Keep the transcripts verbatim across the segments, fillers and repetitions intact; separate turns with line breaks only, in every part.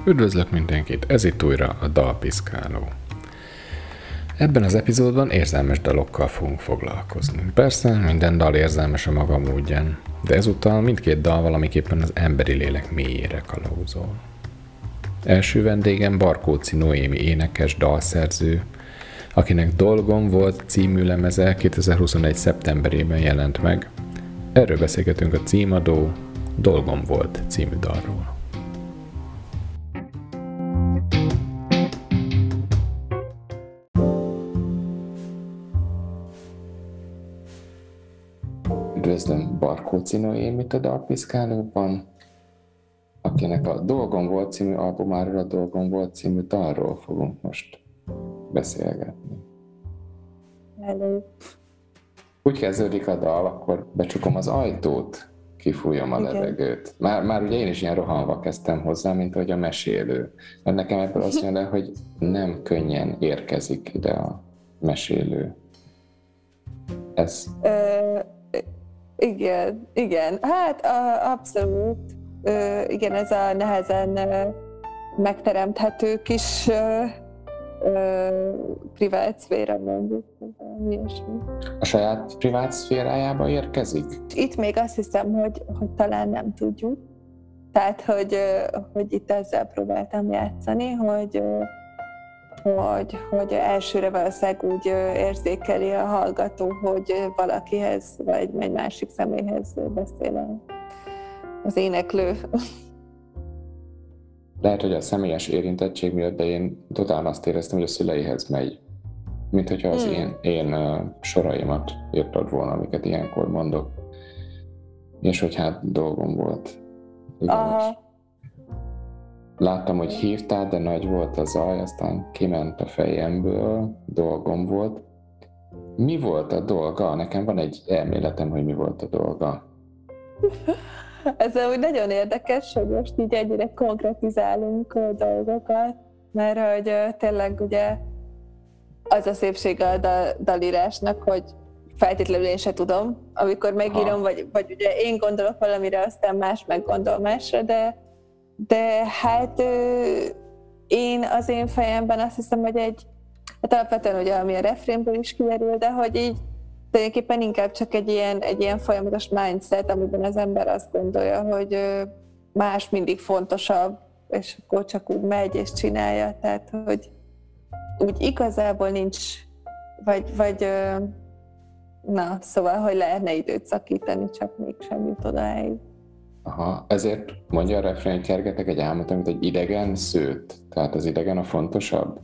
Üdvözlök mindenkit, ez itt újra a Dalpiszkáló. Ebben az epizódban érzelmes dalokkal fogunk foglalkozni. Persze, minden dal érzelmes a maga módján, de ezúttal mindkét dal valamiképpen az emberi lélek mélyére kalauzol. Első vendégem Barkóczy Noémi énekes, dalszerző, akinek Dolgom volt című lemeze kétezer-huszonegy szeptemberében jelent meg. Erről beszélgetünk a címadó Dolgom volt című dalról. Üdvözlöm Barkóczy Noémit a Dalpiszkálóban, akinek a Dolgom volt című albumáról, a Dolgom volt című dalról fogunk most beszélgetni.
Hello.
Úgy kezdődik a dal, akkor becsukom az ajtót, kifújom a
Igen.
levegőt. Már, már ugye én is ilyen rohanva kezdtem hozzá, mint hogy a mesélő. Mert nekem ebből azt jön le, hogy nem könnyen érkezik ide a mesélő. Ez...
Ö, igen, igen. Hát a, abszolút. Ö, igen, ez a nehezen ö, megteremthető kis ö, ö, privát szféra, mondjuk. Ilyesmi.
A saját privát szférájába érkezik?
Itt még azt hiszem, hogy, hogy talán nem tudjuk. Tehát, hogy, ö, hogy itt ezzel próbáltam játszani, hogy ö, Hogy, hogy elsőre valószínűleg úgy érzékeli a hallgató, hogy valakihez, vagy egy másik személyhez beszél az éneklő.
Lehet, hogy a személyes érintettség miatt, de én totál azt éreztem, hogy a szüleihez megy. Mint hogyha az hmm. én, én uh, soraimat írtad volna, amiket ilyenkor mondok. És hogy hát dolgom volt.
Aha.
Láttam, hogy hívtál, de nagy volt a zaj, aztán kiment a fejemből, dolgom volt. Mi volt a dolga? Nekem van egy elméletem, hogy mi volt a dolga.
Ez úgy nagyon érdekes, hogy most így egyre konkretizálunk dolgokat, mert hogy tényleg ugye az a szépsége a dal- dalírásnak, hogy feltétlenül én se tudom, amikor megírom, vagy, vagy ugye én gondolok valamire, aztán más meggondol másra, de De hát én az én fejemben azt hiszem, hogy egy, hát alapvetően ugye ami a refrénből is kiderül, de hogy így tulajdonképpen inkább csak egy ilyen, egy ilyen folyamatos mindset, amiben az ember azt gondolja, hogy más mindig fontosabb, és akkor csak úgy megy és csinálja, tehát hogy úgy igazából nincs, vagy, vagy na, szóval, hogy lehetne időt szakítani, csak mégsem jut odáig.
Aha, ezért mondja a refrén, hogy kergetek egy álmot, amit egy idegen szőtt. Tehát az idegen a fontosabb?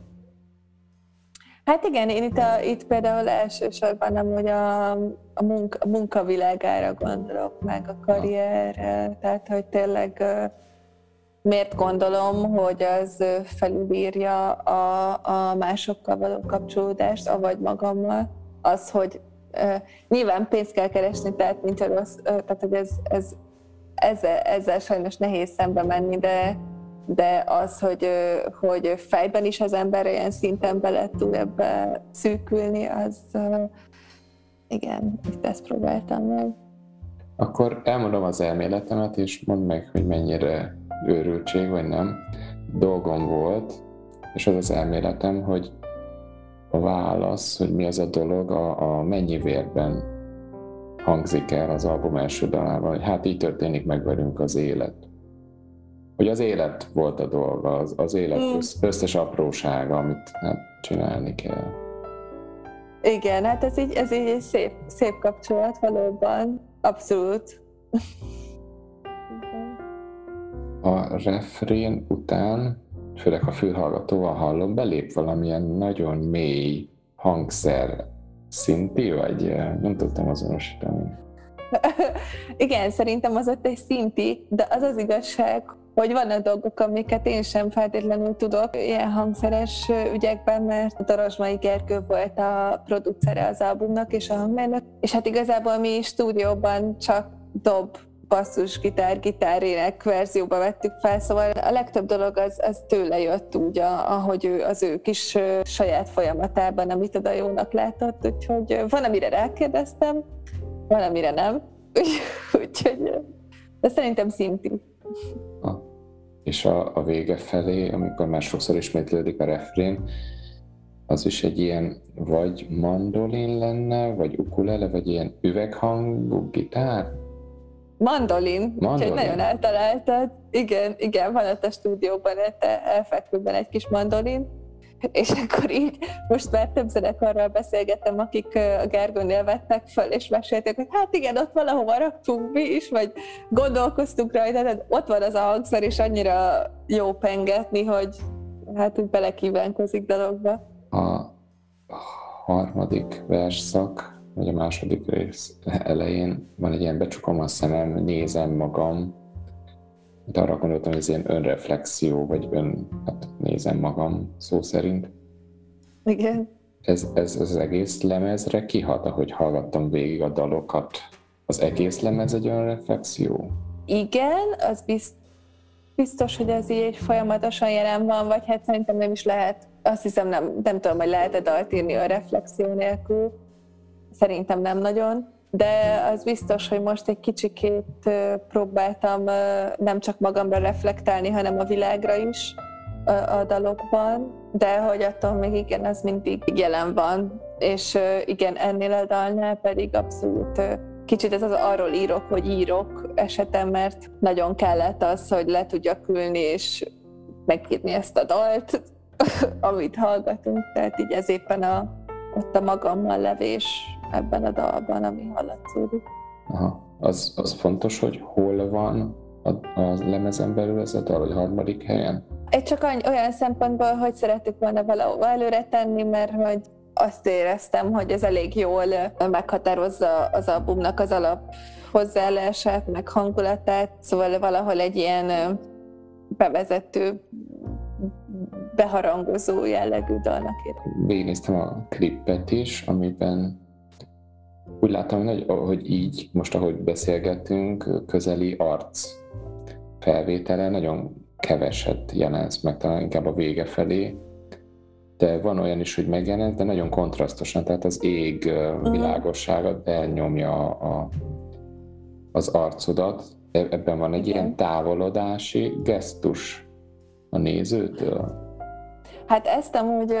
Hát igen, én itt, a, itt például elsősorban amúgy a, a, munka, a munkavilágára gondolok, meg a karrierre, tehát hogy tényleg miért gondolom, hogy az felülírja a, a másokkal való kapcsolódást, avagy magammal, az, hogy uh, nyilván pénzt kell keresni, tehát nincs rossz, uh, tehát hogy ez, ez Ezzel, ezzel sajnos nehéz szembe menni, de, de az, hogy, hogy fejben is az ember olyan szinten bele tud ebbe szűkülni, az igen, itt ezt próbáltam meg.
Akkor elmondom az elméletemet, és mondd meg, hogy mennyire őrültség, vagy nem. Dolgom volt, és az az elméletem, hogy a válasz, hogy mi az a dolog, a, a mennyi vérben hangzik el az album első dalában, hogy hát így történik meg velünk az élet. Hogy az élet volt a dolga, az, az élet mm. összes aprósága, amit hát csinálni kell.
Igen, hát ez így, ez így egy szép, szép kapcsolat valóban, abszolút.
A refrén után, főleg a fülhallgatóval hallom, belép valamilyen nagyon mély hangszer, szinti, vagy nem tudtam azonosítani.
Igen, szerintem az ott egy szinti, de az az igazság, hogy vannak dolgok, amiket én sem feltétlenül tudok ilyen hangszeres ügyekben, mert Dorozsmai Gergő volt a producere az albumnak és a hangmérnök, és hát igazából mi stúdióban csak dob, basszus, gitár, gitárének verzióba vettük fel, szóval a legtöbb dolog az, az tőle jött úgy, ahogy ő, az ő kis saját folyamatában, amit oda jónak látott, úgyhogy van, amire rákérdeztem, van, amire nem, úgyhogy de szerintem szinti.
és a, a vége felé, amikor már sokszor ismétlődik a refrén, az is egy ilyen vagy mandolin lenne, vagy ukulele, vagy ilyen üveghangú gitár?
Mandolin, úgyhogy nagyon eltaláltad. Igen, igen, van ott a stúdióban, elfekvőben egy kis mandolin, és akkor így most már több zenekarral beszélgettem, akik a Gergőnél vettek föl, és mesélték, hogy hát igen, ott valahova raktunk mi is, vagy gondolkoztunk rajta, tehát ott van az a hangszer, és annyira jó pengetni, hogy hát úgy belekívánkozik dologba.
A harmadik versszak, vagy a második rész elején van egy ilyen becsukom a szemem, nézem magam, de arra gondoltam, hogy ez ilyen önreflexió, vagy ön, hát nézem magam szó szerint.
Igen.
Ez, ez, ez az egész lemezre kihat, ahogy hallgattam végig a dalokat. Az egész lemez egy önreflexió?
Igen, az bizt, biztos, hogy ez így folyamatosan jelen van, vagy hát szerintem nem is lehet. Azt hiszem, nem, nem tudom, hogy lehet-e dalt írni a reflexió nélkül. Szerintem nem nagyon. De az biztos, hogy most egy kicsikét próbáltam nem csak magamra reflektálni, hanem a világra is a dalokban, de hogy attól még igen, az mindig jelen van. És igen, ennél a dalnál pedig abszolút kicsit ez az arról írok, hogy írok esetem, mert nagyon kellett az, hogy le tudjak ülni és megírni ezt a dalt, amit hallgatunk. Tehát így ez éppen a, ott a magammal levés ebben a dalban, ami hallatszódik.
Aha. Az, az fontos, hogy hol van a, a lemezen belül ez a dal, hogy harmadik helyen?
Egy csak olyan szempontból, hogy szerettük volna valahova előre tenni, mert hogy azt éreztem, hogy ez elég jól meghatározza az albumnak az alap hozzáállását, meg hangulatát, szóval valahol egy ilyen bevezető, beharangozó jellegű dalnak érem.
Végignéztem a klippet is, amiben úgy láttam, hogy, hogy így, most ahogy beszélgetünk, közeli arc felvétele nagyon keveset jelensz meg, talán inkább a vége felé, de van olyan is, hogy megjelensz, de nagyon kontrasztosan, tehát az ég világossága elnyomja a, az arcodat. Ebben van egy Igen. ilyen távolodási gesztus a nézőtől.
Hát ezt amúgy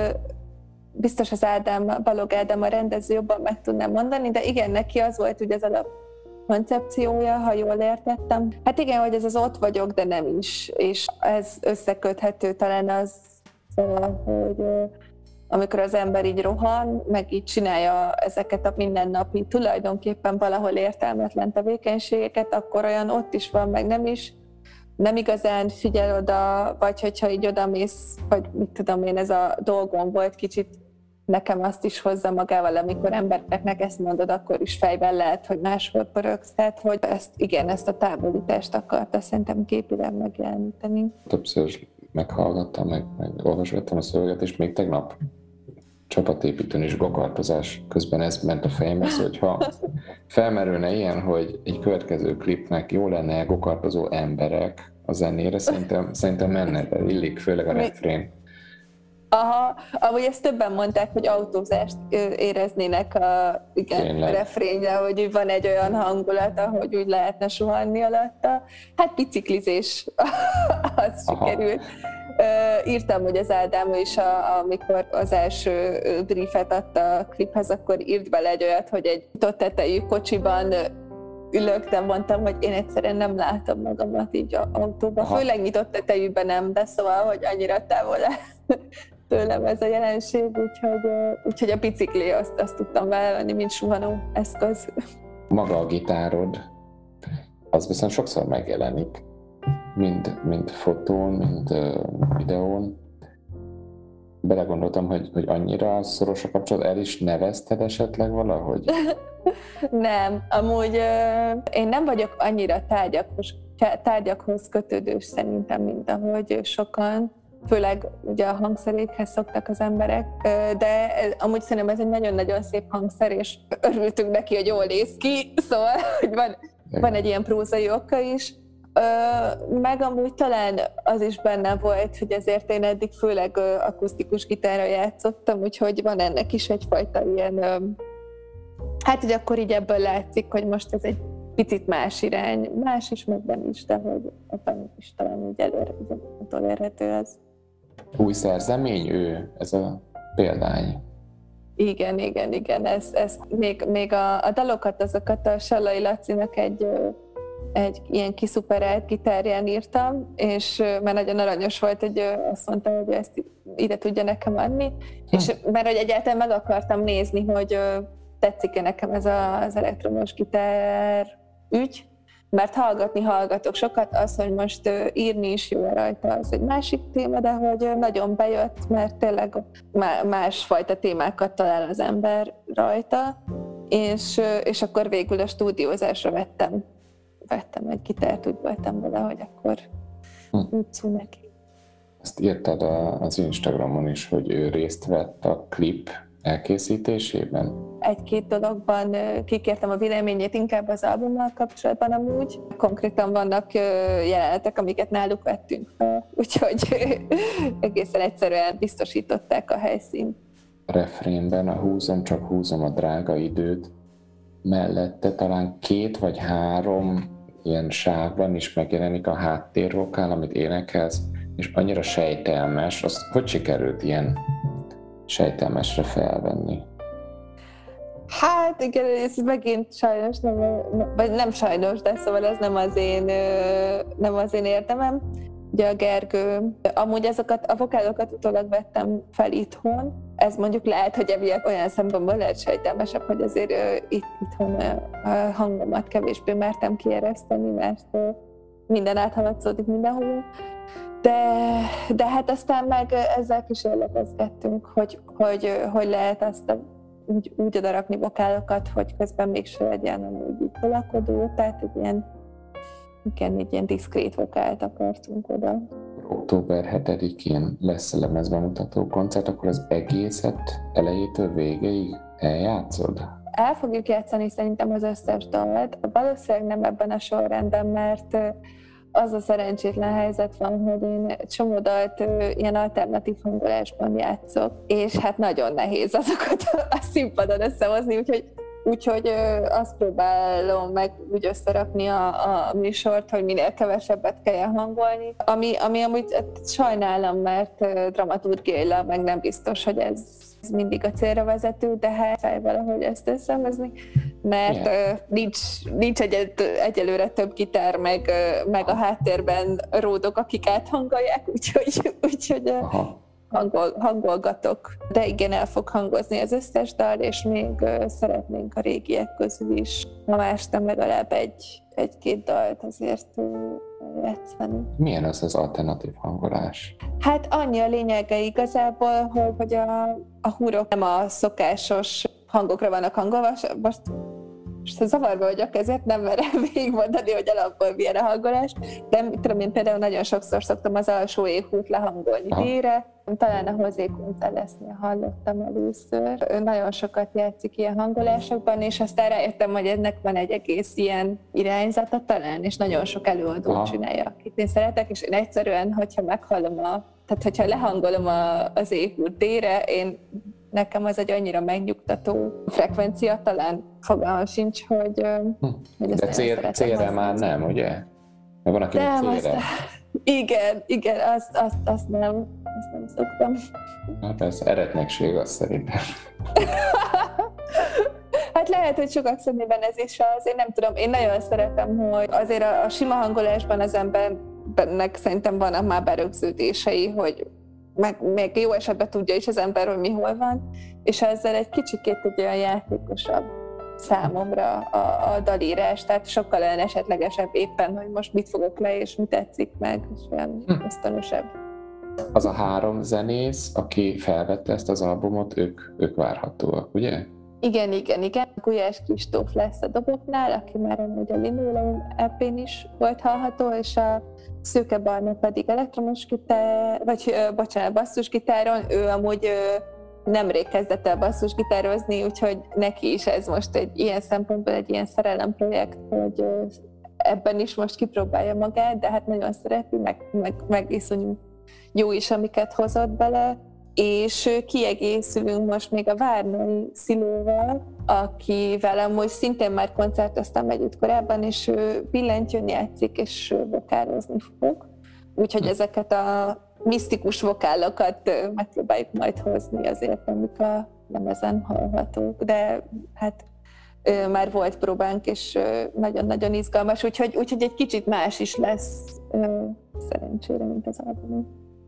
biztos az Ádám, Balog Ádám a rendező jobban meg tudnám mondani, de igen, neki az volt ugye az alap koncepciója, ha jól értettem. Hát igen, hogy ez az ott vagyok, de nem is, és ez összeköthető talán az, hogy amikor az ember így rohan, meg így csinálja ezeket a mindennapi, tulajdonképpen valahol értelmetlen tevékenységeket, akkor olyan ott is van, meg nem is, nem igazán figyel oda, vagy hogyha így odamész, vagy mit tudom én, ez a dolgom volt kicsit, nekem azt is hozza magával, amikor embereknek ezt mondod, akkor is fejben lehet, hogy máshol pörögsz, tehát hogy ezt, igen, ezt a távolítást akarta szerintem képileg megjeleníteni.
Többször meghallgattam, meg, meg olvasgattam a szöveget, és még tegnap csapatépítőn is gokartozás közben ez ment a fejembe, szóval, hogyha felmerülne ilyen, hogy egy következő klipnek jó lenne gokartozó emberek a zenére, szerintem, szerintem menne, de illik, főleg a refrén.
Aha, amúgy ezt többen mondták, hogy autózást éreznének a, igen, a refrényre, hogy van egy olyan hangulata, hogy úgy lehetne suhanni alatta. Hát biciklizés, az Aha. sikerült. Írtam, hogy az Ádám is, a, amikor az első briefet adta a kliphez, akkor írt bele egy olyat, hogy egy nyitott tetejű kocsiban ülök, de mondtam, hogy én egyszerűen nem látom magamat így autóban. Aha. Főleg nyitott tetejűben nem, de szóval, hogy annyira távol tőlem ez a jelenség, úgyhogy, úgyhogy a bicikli azt, azt tudtam vállalni, mint suhanó eszköz.
Maga a gitárod, az viszont sokszor megjelenik, mind, mind fotón, mind uh, videón. Belegondoltam, hogy, hogy annyira szoros a kapcsolat, el is nevezted esetleg valahogy?
Nem, amúgy uh, én nem vagyok annyira tárgyakhoz, tárgyakhoz kötődős szerintem, mint ahogy sokan. Főleg ugye a hangszerékhez szoktak az emberek, de amúgy szerintem ez egy nagyon-nagyon szép hangszer, és örültünk neki, hogy jól néz ki, szóval hogy van, van egy ilyen prózai oka is. Meg amúgy talán az is benne volt, hogy ezért én eddig főleg akusztikus gitárra játszottam, úgyhogy van ennek is egyfajta ilyen, hát hogy akkor így ebből látszik, hogy most ez egy picit más irány, más is, megben is, de hogy abban is talán úgy előre, elérhető az.
Új szerzemény ő, ez a példány.
Igen, igen, igen, ez, ez még, még a, a dalokat, azokat a Sallai Lacinak egy, egy ilyen kiszuperált gitárján írtam, és mert nagyon aranyos volt, hogy azt mondta, hogy ezt ide tudja nekem adni, hm. és mert hogy egyáltalán meg akartam nézni, hogy tetszik-e nekem ez a, az elektromos gitár ügy, mert hallgatni hallgatok sokat, az, hogy most írni is jó rajta, az egy másik téma, de hogy nagyon bejött, mert tényleg másfajta témákat talál az ember rajta, és, és akkor végül a stúdiózásra vettem, vettem egy gitárt, úgy voltam vele, hogy akkor hm. úgy szól neki.
Ezt írtad az Instagramon is, hogy ő részt vett a klip elkészítésében?
Egy-két dologban kikértem a véleményét, inkább az albummal kapcsolatban amúgy. Konkrétan vannak jelenetek, amiket náluk vettünk fel, úgyhogy egészen egyszerűen biztosították a helyszínt.
A refrénben a húzom, csak húzom a drága időt, mellette talán két vagy három ilyen sávban is megjelenik a háttérvokál, amit énekelsz, és annyira sejtelmes, azt hogy sikerült ilyen sejtelmesre felvenni?
Hát igen, ez megint sajnos, nem, vagy nem sajnos, de szóval ez nem az én, nem az én érdemem. Ugye a Gergő, amúgy ezeket a vokálokat utólag vettem fel itthon, ez mondjuk lehet, hogy emiatt olyan szempontból lehet sejtelmesebb, hogy azért itt, itthon a hangomat kevésbé mertem kiereszteni, mert minden áthaladszódik mindenhol. De, de hát aztán meg ezzel kísérletezgettünk, hogy, hogy, hogy lehet azt a, úgy, úgy odarakni vokálokat, hogy közben mégsem legyen amúgy így tolakodó, tehát egy ilyen, igen, egy ilyen diszkrét vokált akartunk oda.
október hetedikén lesz a lemezbemutató koncert, akkor az egészet elejétől végéig eljátszod?
El fogjuk játszani szerintem az összes dalt, valószínűleg nem ebben a sorrendben, mert az a szerencsétlen helyzet van, hogy én csomó dalt ilyen alternatív hangolásban játszok, és hát nagyon nehéz azokat a színpadon összehozni, úgyhogy, úgyhogy azt próbálom meg úgy összerakni a, a műsort, hogy minél kevesebbet kelljen hangolni. Ami, ami amúgy sajnálom, mert dramaturgiailag meg nem biztos, hogy ez ez mindig a célra vezető, de hát fáj valahogy ezt összehozni, mert yeah. nincs, nincs egy, egyelőre több gitár, meg, meg a háttérben ródok, akik áthangolják, úgyhogy, úgyhogy hangol, hangolgatok. De igen, el fog hangozni az összes dal, és még szeretnénk a régiek közül is, ha más nem legalább egy, egy-két dalt azért játszani.
Milyen az az alternatív hangolás?
Hát annyi a lényege igazából, hogy, hogy a, a húrok nem a szokásos hangokra vannak hangolva. Most, most zavarba vagyok, ezért nem merem végigmondani, hogy alapból milyen a hangolás, de tudom, én például nagyon sokszor szoktam az alsó éhút lehangolni D-re. Talán a José Gonzáleznél hallottam először. Ő nagyon sokat játszik ilyen hangolásokban, és aztán rájöttem, hogy ennek van egy egész ilyen irányzata talán, és nagyon sok előadó Aha. csinálja, akit én szeretek, és én egyszerűen, hogyha meghallom a, tehát hogyha lehangolom a, az éhút D-re, én nekem az egy annyira megnyugtató frekvencia, talán fogalmam sincs, hogy,
hm. hogy de cél, célra már nem, ugye? Mert van, aki célra.
Igen, igen, azt, azt, azt nem, azt nem szoktam.
Hát persze, eretnekség az szerintem.
Hát lehet, hogy sokak szemében ez is az, én nem tudom, én nagyon szeretem, hogy azért a, a sima hangolásban az embernek szerintem vannak már berögződései, hogy meg még jó esetben tudja is az ember, hogy mi hol van, és ezzel egy kicsikét egy olyan játékosabb számomra a, a dalírás, tehát sokkal olyan esetlegesebb éppen, hogy most mit fogok le, és mi tetszik meg, és olyan hm. ösztönösebb.
Az a három zenész, aki felvette ezt az albumot, ők, ők várhatóak, ugye?
Igen, igen, igen. Gulyás Kristóf lesz a doboknál, aki már amúgy a Linoleum é pén is volt hallható, és a Szőke Barna pedig elektromos gitár, vagy bocsánat, basszusgitáron, ő amúgy nemrég kezdett el basszusgitározni, úgyhogy neki is ez most egy ilyen szempontból egy ilyen szerelemprojekt, hogy ebben is most kipróbálja magát, de hát nagyon szereti, meg, meg, meg iszonyú jó is, amiket hozott bele, és kiegészülünk most még a Várnai Szilóval, akivel amúgy szintén már koncerteztem együtt korábban, és ő billentyűn játszik, és vokálozni fog. Úgyhogy ezeket a misztikus vokálokat megpróbáljuk majd hozni azért, amik a lemezen hallhatók. De hát már volt próbánk, és nagyon-nagyon izgalmas, úgyhogy, úgyhogy egy kicsit más is lesz szerencsére, mint az album.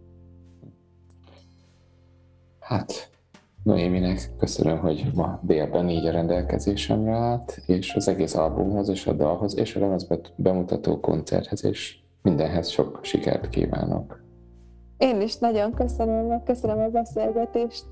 Hát, Noéminek köszönöm, hogy ma délben így a rendelkezésemre állt, és az egész albumhoz, és a dalhoz, és a lemez bemutató koncerthez, és mindenhez sok sikert kívánok.
Én is nagyon köszönöm, köszönöm a beszélgetést.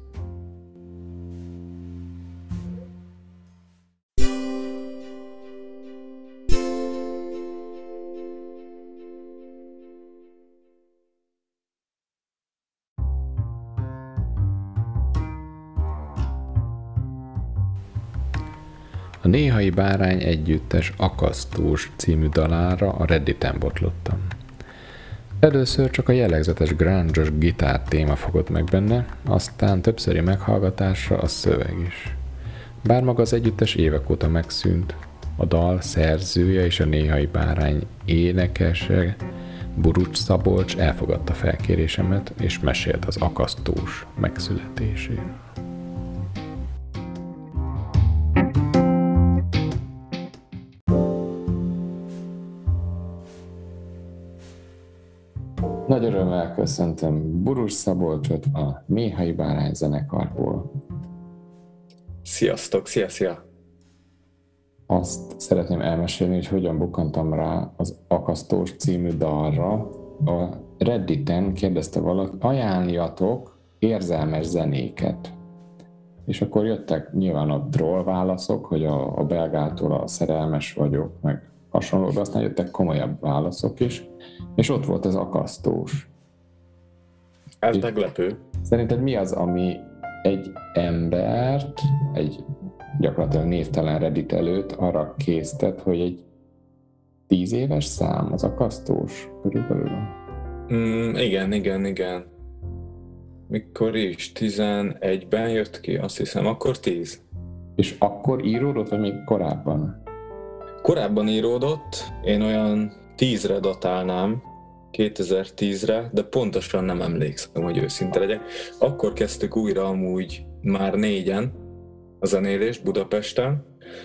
A Néhai Bárány együttes Akasztós című dalára a Redditen botlottam. Először csak a jellegzetes grunge-os gitár téma fogott meg benne, aztán többszöri meghallgatásra a szöveg is. Bár maga az együttes évek óta megszűnt, a dal szerzője és a Néhai Bárány énekese, Burucs Szabolcs elfogadta felkérésemet, és mesélt az Akasztós megszületéséről. Nagy örömmel köszöntöm Burucs Szabolcsot a Néhai Bárány zenekarból.
Sziasztok, szia, szia!
Azt szeretném elmesélni, hogy hogyan bukkantam rá az Akasztós című dalra. A Redditen kérdezte valaki, ajánljatok érzelmes zenéket. És akkor jöttek nyilván a droll válaszok, hogy a, a belgától a szerelmes vagyok, meg hasonló, de aztán jöttek komolyabb válaszok is, és ott volt az Akasztós.
Ez és meglepő.
Szerinted mi az, ami egy embert, egy gyakorlatilag névtelen Reddit előtt arra késztet, hogy egy tíz éves szám az Akasztós körülbelül?
Mm, igen, igen, igen. Mikor is? tizenegyben jött ki, azt hiszem, akkor tíz.
És akkor íródott, vagy még korábban?
Korábban íródott, én olyan tízre datálnám, kétezer-tízre, de pontosan nem emlékszem, hogy őszinte legyek. Akkor kezdtük újra amúgy már négyen a zenélést Budapesten,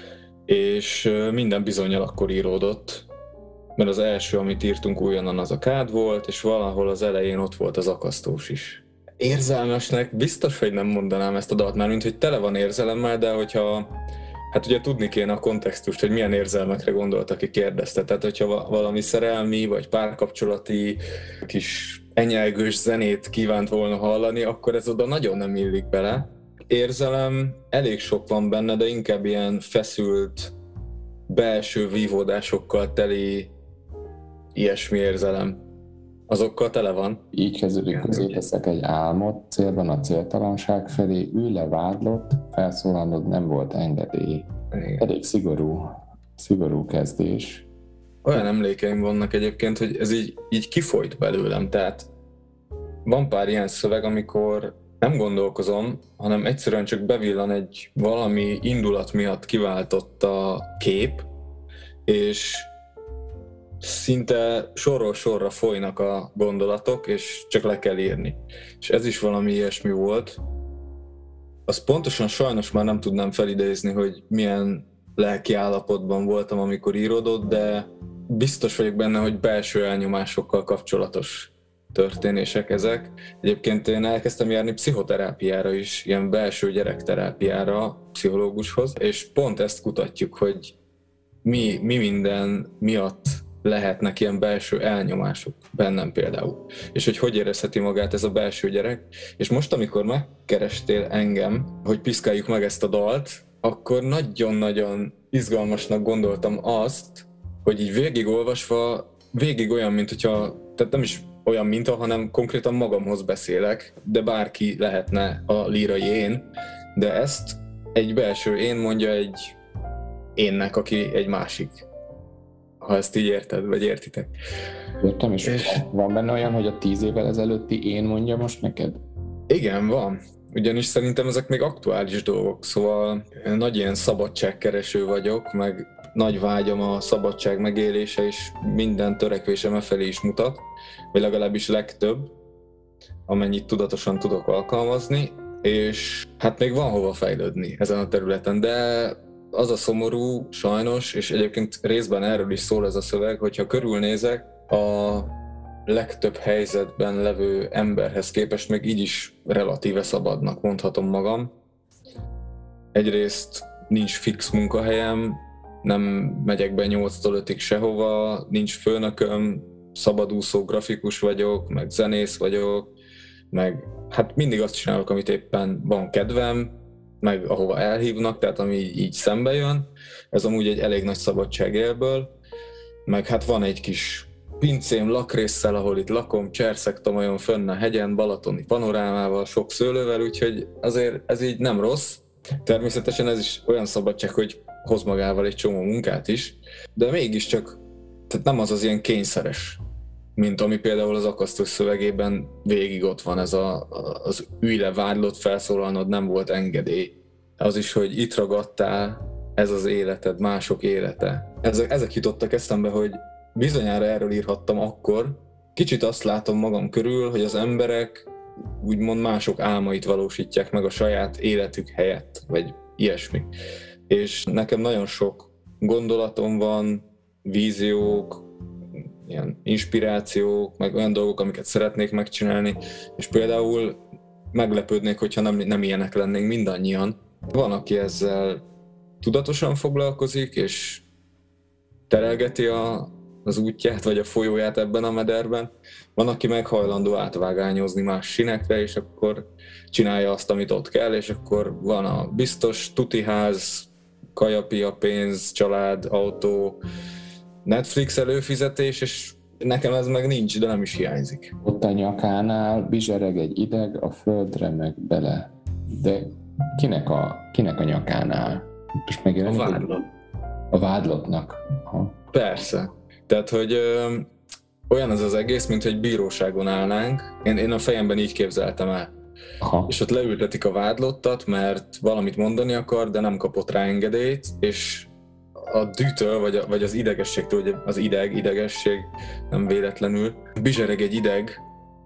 és minden bizonnyal akkor íródott, mert az első, amit írtunk újonnan, az a kád volt, és valahol az elején ott volt az Akasztós is. Érzelmesnek biztos, hogy nem mondanám ezt a dalt már, mint hogy tele van érzelemmel, de hogyha hát ugye tudni kéne a kontextust, hogy milyen érzelmekre gondolt, aki kérdezte. Tehát, hogyha valami szerelmi vagy párkapcsolati kis enyelgős zenét kívánt volna hallani, akkor ez oda nagyon nem illik bele. Érzelem elég sok van benne, de inkább ilyen feszült, belső vívódásokkal teli ilyesmi érzelem. Azokkal tele van.
Így kezdődik, közé teszek egy álmot, célban a céltalanság felé, ülj le vádlott, felszólalnod nem volt engedély. Igen. Elég szigorú, szigorú kezdés.
Olyan emlékeim vannak egyébként, hogy ez így, így kifolyt belőlem, tehát van pár ilyen szöveg, amikor nem gondolkozom, hanem egyszerűen csak bevillan egy valami indulat miatt kiváltott a kép, és szinte sorról sorra folynak a gondolatok, és csak le kell írni. És ez is valami ilyesmi volt. Azt pontosan sajnos már nem tudnám felidézni, hogy milyen lelki állapotban voltam, amikor íródott, de biztos vagyok benne, hogy belső elnyomásokkal kapcsolatos történések ezek. Egyébként én elkezdtem járni pszichoterápiára is, ilyen belső gyerekterápiára, pszichológushoz, és pont ezt kutatjuk, hogy mi, mi minden miatt lehetnek ilyen belső elnyomások bennem például. És hogy hogy érezheti magát ez a belső gyerek. És most, amikor megkerestél engem, hogy piszkáljuk meg ezt a dalt, akkor nagyon-nagyon izgalmasnak gondoltam azt, hogy így végigolvasva, végig olyan, mint hogyha, tehát nem is olyan minta, hanem konkrétan magamhoz beszélek, de bárki lehetne a lírai én, de ezt egy belső én mondja egy énnek, aki egy másik. Ha ezt így érted, vagy értitek.
Értem, és, és van benne olyan, hogy a tíz évvel ezelőtti én mondja most neked?
Igen, van. ugyanis szerintem ezek még aktuális dolgok, szóval nagy ilyen szabadságkereső vagyok, meg nagy vágyam a szabadság megélése, és minden törekvésem e felé is mutat, vagy legalábbis legtöbb, amennyit tudatosan tudok alkalmazni, és hát még van hova fejlődni ezen a területen, de az a szomorú, sajnos, és egyébként részben erről is szól ez a szöveg, hogyha körülnézek, a legtöbb helyzetben levő emberhez képest még így is relatíve szabadnak mondhatom magam. Egyrészt nincs fix munkahelyem, nem megyek be nyolctól ötig sehova, nincs főnököm, szabadúszó grafikus vagyok, meg zenész vagyok, meg hát mindig azt csinálok, amit éppen van kedvem, meg ahova elhívnak, tehát ami így szembe jön. Ez amúgy egy elég nagy szabadság élből, meg hát van egy kis pincém lakrésszel, ahol itt lakom, Cserszeg-Tomajon fönn a hegyen, balatoni panorámával, sok szőlővel, úgyhogy azért ez így nem rossz. Természetesen ez is olyan szabadság, hogy hoz magával egy csomó munkát is, de mégiscsak tehát nem az az ilyen kényszeres, mint ami például az akasztós szövegében végig ott van, ez a, az ülj le, vádlott, felszólalnod nem volt engedély. Az is, hogy itt ragadtál, ez az életed, mások élete. Ezek, ezek jutottak eszembe, hogy bizonyára erről írhattam akkor. Kicsit azt látom magam körül, hogy az emberek úgymond mások álmait valósítják meg a saját életük helyett, vagy ilyesmi. És nekem nagyon sok gondolatom van, víziók, ilyen inspirációk, meg olyan dolgok, amiket szeretnék megcsinálni, és például meglepődnék, hogyha nem, nem ilyenek lennénk mindannyian. Van, aki ezzel tudatosan foglalkozik, és terelgeti a, az útját, vagy a folyóját ebben a mederben. Van, aki meg hajlandó átvágányozni más sinekre, és akkor csinálja azt, amit ott kell, és akkor van a biztos tutiház, kajapia, pénz, család, autó, Netflix előfizetés, és nekem ez meg nincs, de nem is hiányzik.
Ott a nyakánál bizsereg egy ideg, a földre meg bele. De kinek a, kinek a nyakánál? Most megjelenik,
a vádlott.
A vádlottnak. Aha.
Persze. Tehát, hogy ö, olyan az az egész, mint hogy bíróságon állnánk. Én, én a fejemben így képzeltem el.
Aha.
És ott leültetik a vádlottat, mert valamit mondani akar, de nem kapott rá engedélyt, és a dűtől, vagy, a, vagy az idegességtől, vagy az ideg, idegesség, nem véletlenül, bizsereg egy ideg,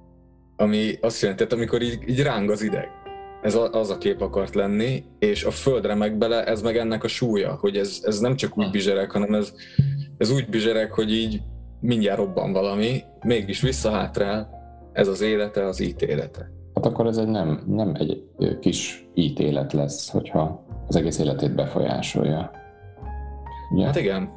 ami azt jelenti, hogy amikor így, így ráng az ideg. Ez a, az a kép akart lenni, és a földre meg bele, ez meg ennek a súlya, hogy ez, ez nem csak úgy bizsereg, hanem ez, ez úgy bizsereg, hogy így mindjárt robban valami, mégis visszahátrál, ez az élete, az ítélete.
Hát akkor ez egy nem, nem egy kis ítélet lesz, hogyha az egész életét befolyásolja. Yeah.
Hát igen.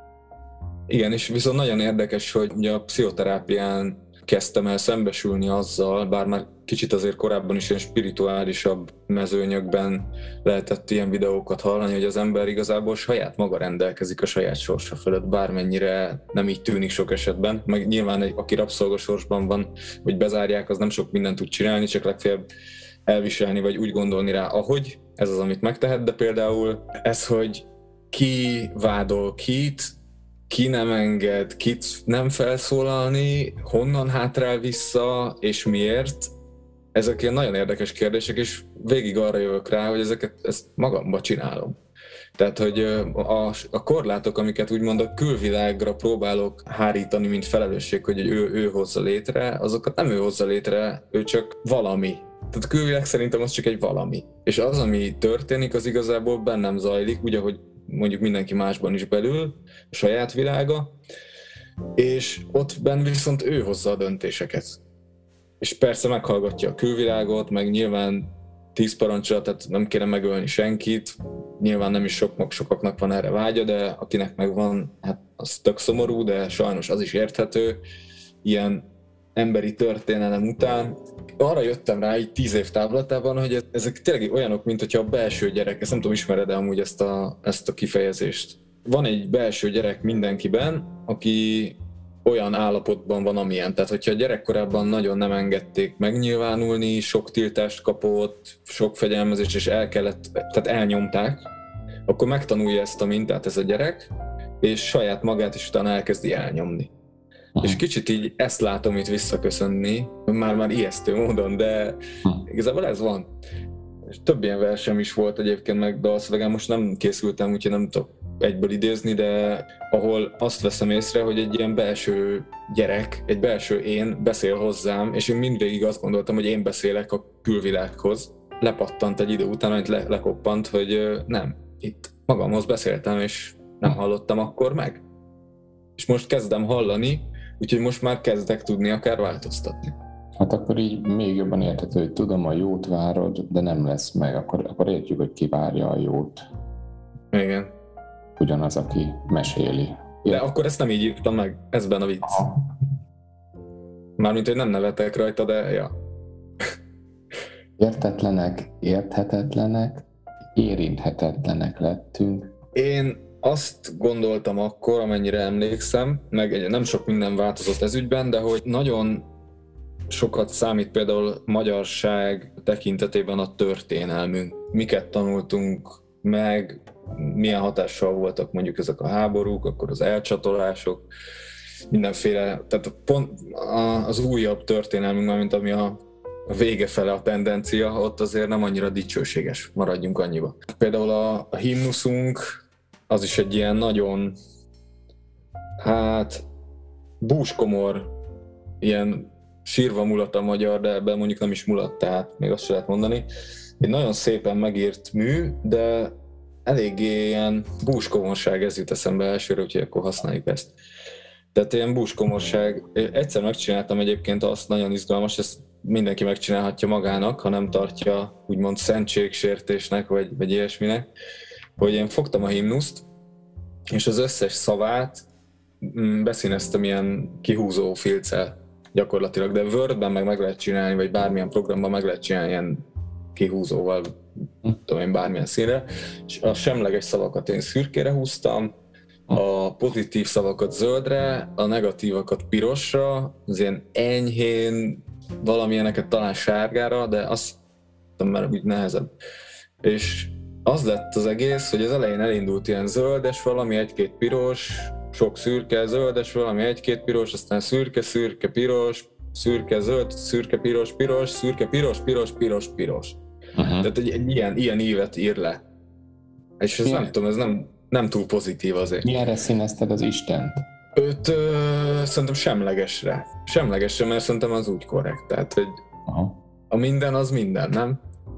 Igen, és viszont nagyon érdekes, hogy ugye a pszichoterápián kezdtem el szembesülni azzal, bár már kicsit azért korábban is ilyen spirituálisabb mezőnyökben lehetett ilyen videókat hallani, hogy az ember igazából saját maga rendelkezik a saját sorsa fölött, bármennyire nem így tűnik sok esetben. Meg nyilván, aki rabszolgasorsban van, hogy bezárják, az nem sok mindent tud csinálni, csak legfeljebb elviselni, vagy úgy gondolni rá, ahogy. Ez az, amit megtehet, de például ez, hogy ki vádol kit, ki nem enged, kit nem felszólalni, honnan hátrál vissza, és miért. Ezek ilyen nagyon érdekes kérdések, és végig arra jövök rá, hogy ezeket ezt magamba csinálom. Tehát, hogy a, a korlátok, amiket úgymond a külvilágra próbálok hárítani, mint felelősség, hogy ő, ő hozza létre, azokat nem ő hozza létre, ő csak valami. Tehát a külvilág szerintem az csak egy valami. És az, ami történik, az igazából bennem zajlik, úgy, ahogy mondjuk mindenki másban is belül, a saját világa, és ott benn viszont ő hozza a döntéseket. És persze meghallgatja a külvilágot, meg nyilván tíz parancsra, tehát nem kéne megölni senkit, nyilván nem is sok, sokaknak van erre vágya, de akinek meg van, hát az tök szomorú, de sajnos az is érthető, ilyen emberi történelem után. Arra jöttem rá így tíz év távlatában, hogy ezek tényleg olyanok, mint hogyha a belső gyerek, ezt nem tudom, ismered-e amúgy ezt a, ezt a kifejezést. Van egy belső gyerek mindenkiben, aki olyan állapotban van, amilyen. Tehát, hogyha a gyerekkorában nagyon nem engedték megnyilvánulni, sok tiltást kapott, sok fegyelmezést, és el kellett, tehát elnyomták, akkor megtanulja ezt a mintát ez a gyerek, és saját magát is utána elkezdi elnyomni. uh-huh. és kicsit így ezt látom itt visszaköszönni, már-már ijesztő módon, de igazából ez van. És több ilyen versem is volt egyébként, meg dalszövegem, most nem készültem, úgyhogy nem tudok egyből idézni, de ahol azt veszem észre, hogy egy ilyen belső gyerek, egy belső én beszél hozzám, és én mindvégig azt gondoltam, hogy én beszélek a külvilághoz. Lepattant egy idő után, hogy le, lekoppant, hogy nem, itt magamhoz beszéltem, és nem hallottam akkor meg. És most kezdem hallani, úgyhogy most már kezdek tudni akár változtatni.
Hát akkor így még jobban érthető, hogy tudom, a jót várod, de nem lesz meg, akkor, akkor értjük, hogy ki várja a jót.
Igen.
Ugyanaz, aki meséli.
De akkor ezt nem így írtam meg, ez benne a vicc. Aha. Mármint, hogy nem nevetek rajta, de ja.
Értetlenek, érthetetlenek, érinthetetlenek lettünk.
Én azt gondoltam akkor, amennyire emlékszem, meg nem sok minden változott ez ügyben, de hogy nagyon sokat számít például magyarság tekintetében a történelmünk. Miket tanultunk meg, milyen hatással voltak mondjuk ezek a háborúk, akkor az elcsatolások, mindenféle, tehát pont az újabb történelmünk, mint ami a vége fele a tendencia, ott azért nem annyira dicsőséges, maradjunk annyiba. Például a, a himnuszunk, az is egy ilyen nagyon, hát búskomor, ilyen sírva mulat a magyar, de ebben mondjuk nem is mulat, tehát még azt sem lehet mondani. Egy nagyon szépen megírt mű, de eléggé ilyen búskomorság, ez jut eszembe elsőre, úgyhogy akkor használjuk ezt. Tehát ilyen búskomorság. Egyszer megcsináltam egyébként azt, nagyon izgalmas, ezt mindenki megcsinálhatja magának, ha nem tartja úgymond szentségsértésnek, vagy, vagy ilyesminek, hogy én fogtam a himnuszt, és az összes szavát beszíneztem ilyen kihúzó filccel gyakorlatilag, de Wordben meg meg lehet csinálni, vagy bármilyen programban meg lehet csinálni ilyen kihúzóval, tudom én, bármilyen színre, és a semleges szavakat én szürkére húztam, a pozitív szavakat zöldre, a negatívakat pirosra, az ilyen enyhén valamilyeneket talán sárgára, de azt tudom, már úgy nehezebb. És az lett az egész, hogy az elején elindult ilyen zöldes valami, egy-két piros, sok szürke, zöldes valami, egy-két piros, aztán szürke, szürke, piros, szürke, zöld, szürke, piros, piros, szürke, piros, piros, piros, piros. Uh-huh. Tehát egy, egy ilyen, ilyen ívet ír le. És ez nem tudom, ez nem, nem túl pozitív azért.
Milyenre színezted az Istent?
Őt ö, szerintem semlegesre. Semlegesre, mert szerintem az úgy korrekt. Tehát, hogy aha. A minden az minden, nem?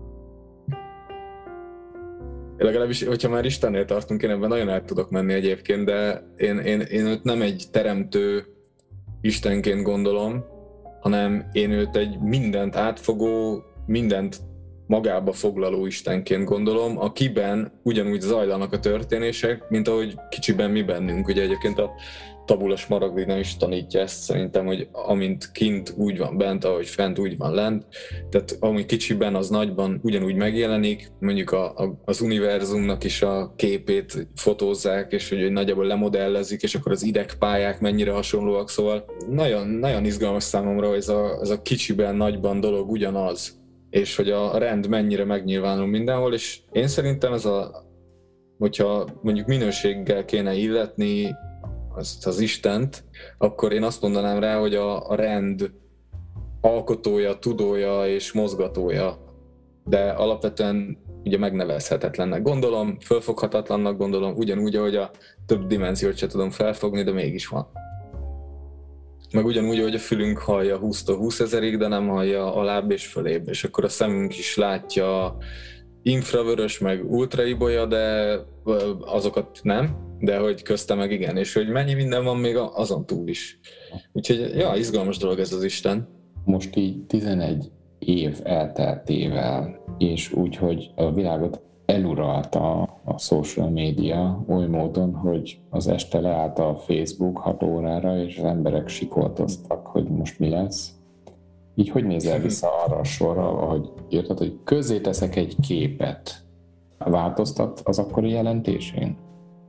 Legalábbis, hogyha már Istennél tartunk, én ebben nagyon el tudok menni egyébként, de én, én, én őt nem egy teremtő Istenként gondolom, hanem én őt egy mindent átfogó, mindent magába foglaló Istenként gondolom, akiben ugyanúgy zajlanak a történések, mint ahogy kicsiben mi bennünk. Ugye egyébként a Tabula Smaragdina is tanítja ezt szerintem, hogy amint kint úgy van bent, ahogy fent úgy van lent, tehát ami kicsiben, az nagyban ugyanúgy megjelenik, mondjuk a, a, az univerzumnak is a képét fotózzák, és hogy, hogy nagyjából lemodellezik, és akkor az idegpályák mennyire hasonlóak, szóval nagyon, nagyon izgalmas számomra, hogy ez a, ez a kicsiben, nagyban dolog ugyanaz, és hogy a rend mennyire megnyilvánul mindenhol, és én szerintem ez a, hogyha mondjuk minőséggel kéne illetni azt az Istent, akkor én azt mondanám rá, hogy a, a rend alkotója, tudója és mozgatója, de alapvetően ugye megnevezhetetlennek gondolom, fölfoghatatlannak gondolom, ugyanúgy, ahogy a több dimenziót sem tudom felfogni, de mégis van. Meg ugyanúgy, hogy a fülünk hallja húsztól húszezerig, de nem hallja alább és fölébb, és akkor a szemünk is látja infravörös, meg ultraibolya, de azokat nem, de hogy közte meg igen, és hogy mennyi minden van még azon túl is. Úgyhogy, ja, izgalmas dolog ez az Isten.
Most így tizenegy év elteltével, és úgy, hogy a világot eluralta a social media oly módon, hogy az este leállt a Facebook hat órára, és az emberek sikoltoztak, hogy most mi lesz. Így hogy nézel vissza arra a sorra, ahogy írtad, hogy közzé teszek egy képet? Változtat az akkori jelentésén?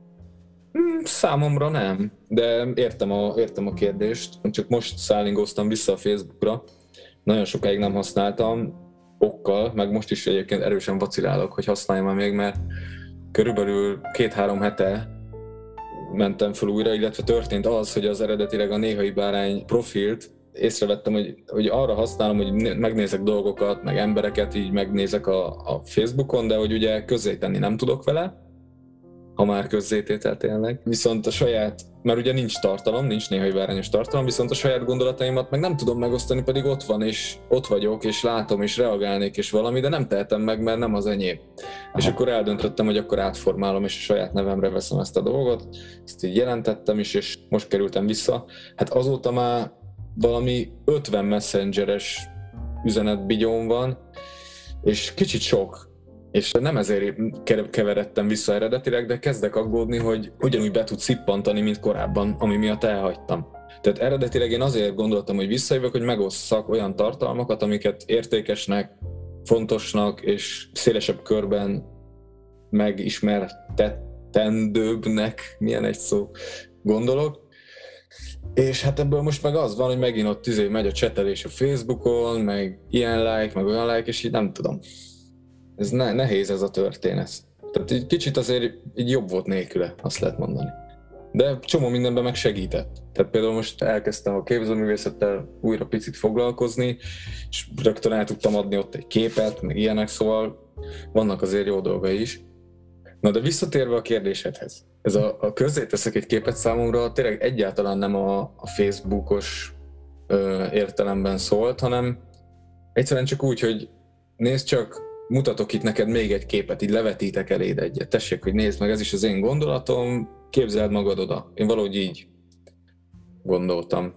Számomra nem, de értem a, értem a kérdést. Csak most szállingoztam vissza a Facebookra. Nagyon sokáig nem használtam, okkal, meg most is egyébként erősen vacilálok, hogy használjam még, mert körülbelül két-három hete mentem fel újra, illetve történt az, hogy az eredetileg a Néhai Bárány profilt észrevettem, hogy, hogy arra használom, hogy megnézek dolgokat, meg embereket, így megnézek a, a Facebookon, de hogy ugye közzétenni nem tudok vele, ha már közzététel tényleg. Viszont a saját, mert ugye nincs tartalom, nincs Néhai Bárányos tartalom, viszont a saját gondolataimat meg nem tudom megosztani, pedig ott van, és ott vagyok, és látom, és reagálnék, és valami, de nem tehetem meg, mert nem az enyém. Aha. És akkor eldöntöttem, hogy akkor átformálom, és a saját nevemre veszem ezt a dolgot, ezt így jelentettem is, és most kerültem vissza. Hát azóta már valami ötven messengeres üzenetbigyóm van, és kicsit sok. És nem ezért keveredtem vissza eredetileg, de kezdek aggódni, hogy ugyanúgy be tud szippantani, mint korábban, ami miatt elhagytam. Tehát eredetileg én azért gondoltam, hogy visszajövök, hogy megosszak olyan tartalmakat, amiket értékesnek, fontosnak és szélesebb körben megismertetendőbbnek, milyen egy szó, gondolok. És hát ebből most meg az van, hogy megint ott tüzé megy a csetelés a Facebookon, meg ilyen like, meg olyan like, és így nem tudom. Ez ne, nehéz ez a történet. Tehát egy kicsit azért így jobb volt nélküle, azt lehet mondani. De csomó mindenben meg segített. Tehát például most elkezdtem a képzőművészettel újra picit foglalkozni, és rögtön el tudtam adni ott egy képet, meg ilyenek, szóval vannak azért jó dolgai is. Na de visszatérve a kérdésedhez. Ez a, a közzéteszek egy képet számomra tényleg egyáltalán nem a, a Facebookos ö, értelemben szólt, hanem egyszerűen csak úgy, hogy nézd csak, mutatok itt neked még egy képet, így levetítek eléd egyet. Tessék, hogy nézd meg, ez is az én gondolatom, képzeld magad oda. Én valahogy így gondoltam.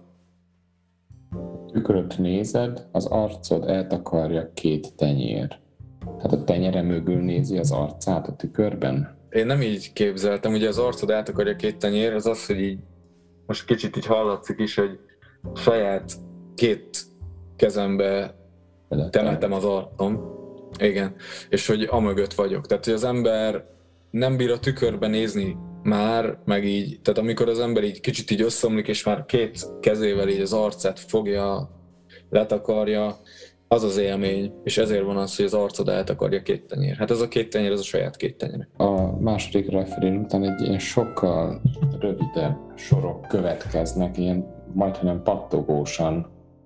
Tükröt nézed, az arcod eltakarja két tenyér. Tehát a tenyere mögül nézi az arcát a tükörben?
Én nem így képzeltem, ugye az arcod eltakarja két tenyér, az az, hogy így most kicsit így hallatszik is, hogy saját két kezembe temetem az arcom. Igen, és hogy amögött vagyok. Tehát, hogy az ember nem bír a tükörbe nézni már, meg így, tehát amikor az ember így kicsit így összeomlik, és már két kezével így az arcát fogja, letakarja, az az élmény, és ezért van az, hogy az arcod eltakarja két tenyér. Hát ez a két tenyér, ez a saját két tenyér.
A második referén után egy ilyen sokkal rövidebb sorok következnek, ilyen majdnem pattogósan,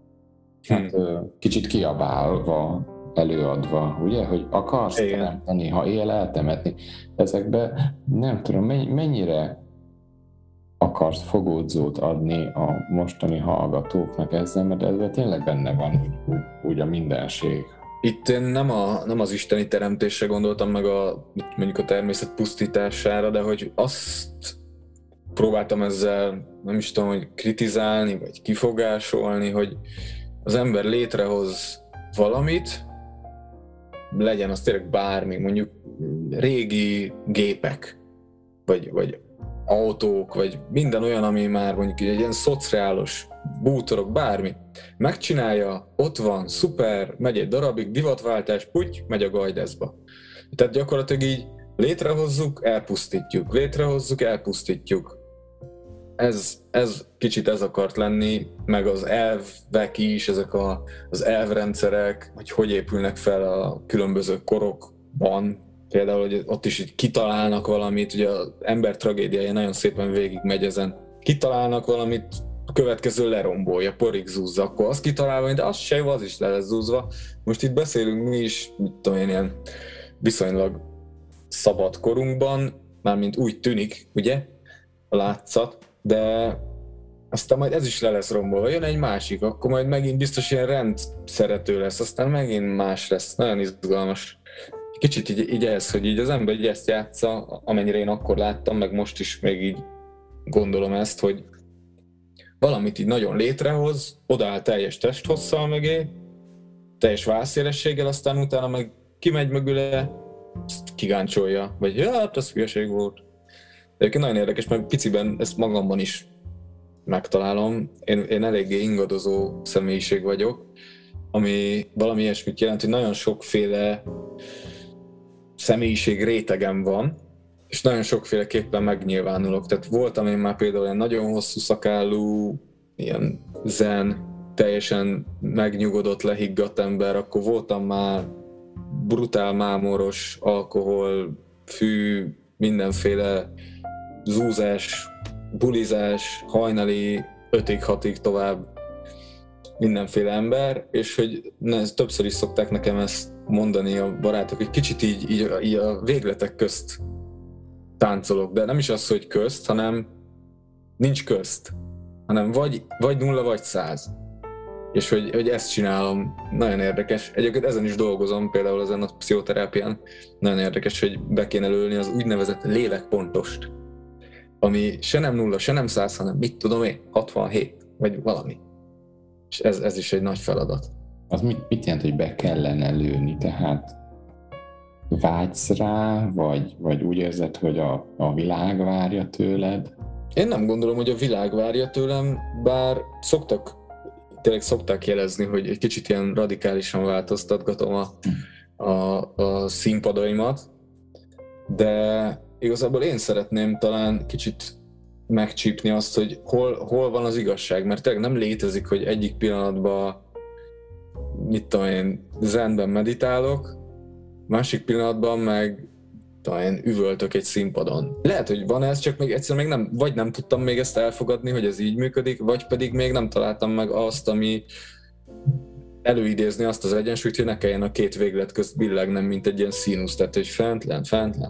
hát hmm. kicsit kiabálva, előadva, ugye, hogy akarsz Igen. teremteni, ha él, eltemetni. Ezekbe nem tudom, mennyire akarsz fogódzót adni a mostani hallgatóknak ezzel, mert ezzel tényleg benne van úgy, úgy a mindenség.
Itt én nem, a, nem az isteni teremtésre gondoltam, meg a, mondjuk a természet pusztítására, de hogy azt próbáltam ezzel, nem is tudom, hogy kritizálni, vagy kifogásolni, hogy az ember létrehoz valamit, legyen az tényleg bármi, mondjuk régi gépek, vagy, vagy autók, vagy minden olyan, ami már mondjuk egy ilyen szociálos bútorok, bármi. Megcsinálja, ott van, szuper, megy egy darabig, divatváltás, puty, megy a gajdeszba. Tehát gyakorlatilag így létrehozzuk, elpusztítjuk, létrehozzuk, elpusztítjuk. Ez, ez kicsit ez akart lenni, meg az elvek is, ezek a, az elvrendszerek, hogy hogy épülnek fel a különböző korokban. Például, hogy ott is így kitalálnak valamit, ugye az ember tragédiája nagyon szépen végig megy ezen. Kitalálnak valamit, a következő lerombolja, porig zúzza, akkor azt kitalálva, de az se jó, az is le lesz zúzva. Most itt beszélünk mi is, mit tudom én, ilyen viszonylag szabad korunkban, mármint úgy tűnik, ugye, a látszat, de aztán majd ez is le lesz rombolva, jön egy másik, akkor majd megint biztos ilyen rendszerető lesz, aztán megint más lesz, nagyon izgalmas. Kicsit így, így ez, hogy így az ember így ezt játsza, amennyire én akkor láttam, meg most is még így gondolom ezt, hogy valamit így nagyon létrehoz, odaáll teljes testhosszal mögé, teljes válszélességgel, aztán utána meg kimegy mögüle, kigáncsolja, vagy ja, hát az hülyeség volt. Egyébként nagyon érdekes, mert piciben ezt magamban is megtalálom. Én, én eléggé ingadozó személyiség vagyok, ami valami ilyesmit jelent, hogy nagyon sokféle személyiség rétegem van, és nagyon sokféleképpen megnyilvánulok. Tehát voltam én már például egy nagyon hosszú szakállú, ilyen zen, teljesen megnyugodott, lehiggadt ember, akkor voltam már brutál mámoros, alkohol, fű, mindenféle zúzás, bulizás, hajnali ötig-hatig tovább mindenféle ember, és hogy ne, többször is szokták nekem ezt mondani a barátok, hogy kicsit így, így, így a végletek közt táncolok, de nem is az, hogy közt, hanem nincs közt, hanem vagy, vagy nulla, vagy száz. És hogy, hogy ezt csinálom, nagyon érdekes. Egyébként ezen is dolgozom, például ezen a pszichoterápián. Nagyon érdekes, hogy be kéne lőni az úgynevezett lélekpontost, ami se nem nulla, se nem száz, hanem mit tudom én, hatvanhét, vagy valami. És ez, ez is egy nagy feladat.
Az mit, mit jelent, hogy be kellene lőni? Tehát vágysz rá, vagy, vagy úgy érzed, hogy a, a világ várja tőled?
Én nem gondolom, hogy a világ várja tőlem, bár szoktak, tényleg szokták jelezni, hogy egy kicsit ilyen radikálisan változtatgatom a, a, a színpadaimat, de igazából én szeretném talán kicsit megcsípni azt, hogy hol, hol van az igazság, mert tényleg nem létezik, hogy egyik pillanatban, mit tudom én, zenben meditálok, másik pillanatban meg talán üvöltök egy színpadon. Lehet, hogy van ez, csak még egyszerűen még nem, vagy nem tudtam még ezt elfogadni, hogy ez így működik, vagy pedig még nem találtam meg azt, ami előidézni azt az egyensúlyt, hogy ne kelljen a két véglet közt billegnem, mint egy ilyen színusz, tehát hogy fentlen, fentlen.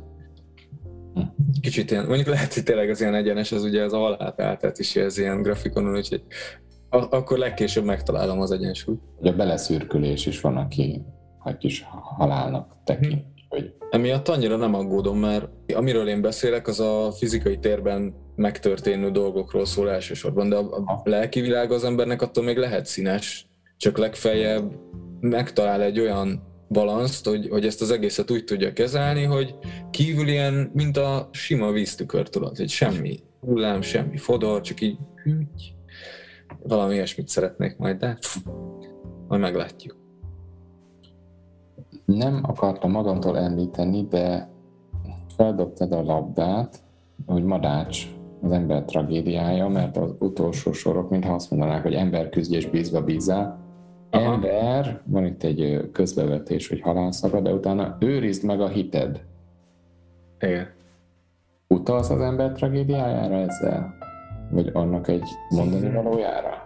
Kicsit ilyen, mondjuk lehet, hogy tényleg az ilyen egyenes, az ugye az a haláltáltát is ez ilyen grafikonon, úgyhogy akkor legkésőbb megtalálom az egyensúlyt.
Ugye a beleszürkülés is van, aki egy kis halálnak tekint. Hogy...
Emiatt annyira nem aggódom, mert amiről én beszélek, az a fizikai térben megtörténő dolgokról szól elsősorban, de a, a lelki világ az embernek attól még lehet színes, csak legfeljebb megtalál egy olyan balanszt, hogy, hogy ezt az egészet úgy tudja kezelni, hogy kívül ilyen, mint a sima víztükör, tudod, hogy semmi hullám, semmi fodor, csak így hűgy. Valami ilyesmit szeretnék majd, de majd meglátjuk.
Nem akartam magamtól említeni, de feldobtad a labdát, hogy Madács az ember tragédiája, mert az utolsó sorok, mintha azt mondanák, hogy ember küzdés bízva bízzá. Aha. Ember, van itt egy közbevetés, hogy halálszabad, de utána őrizd meg a hited.
Igen.
Utalsz az ember tragédiájára ezzel? Vagy annak egy mondani valójára?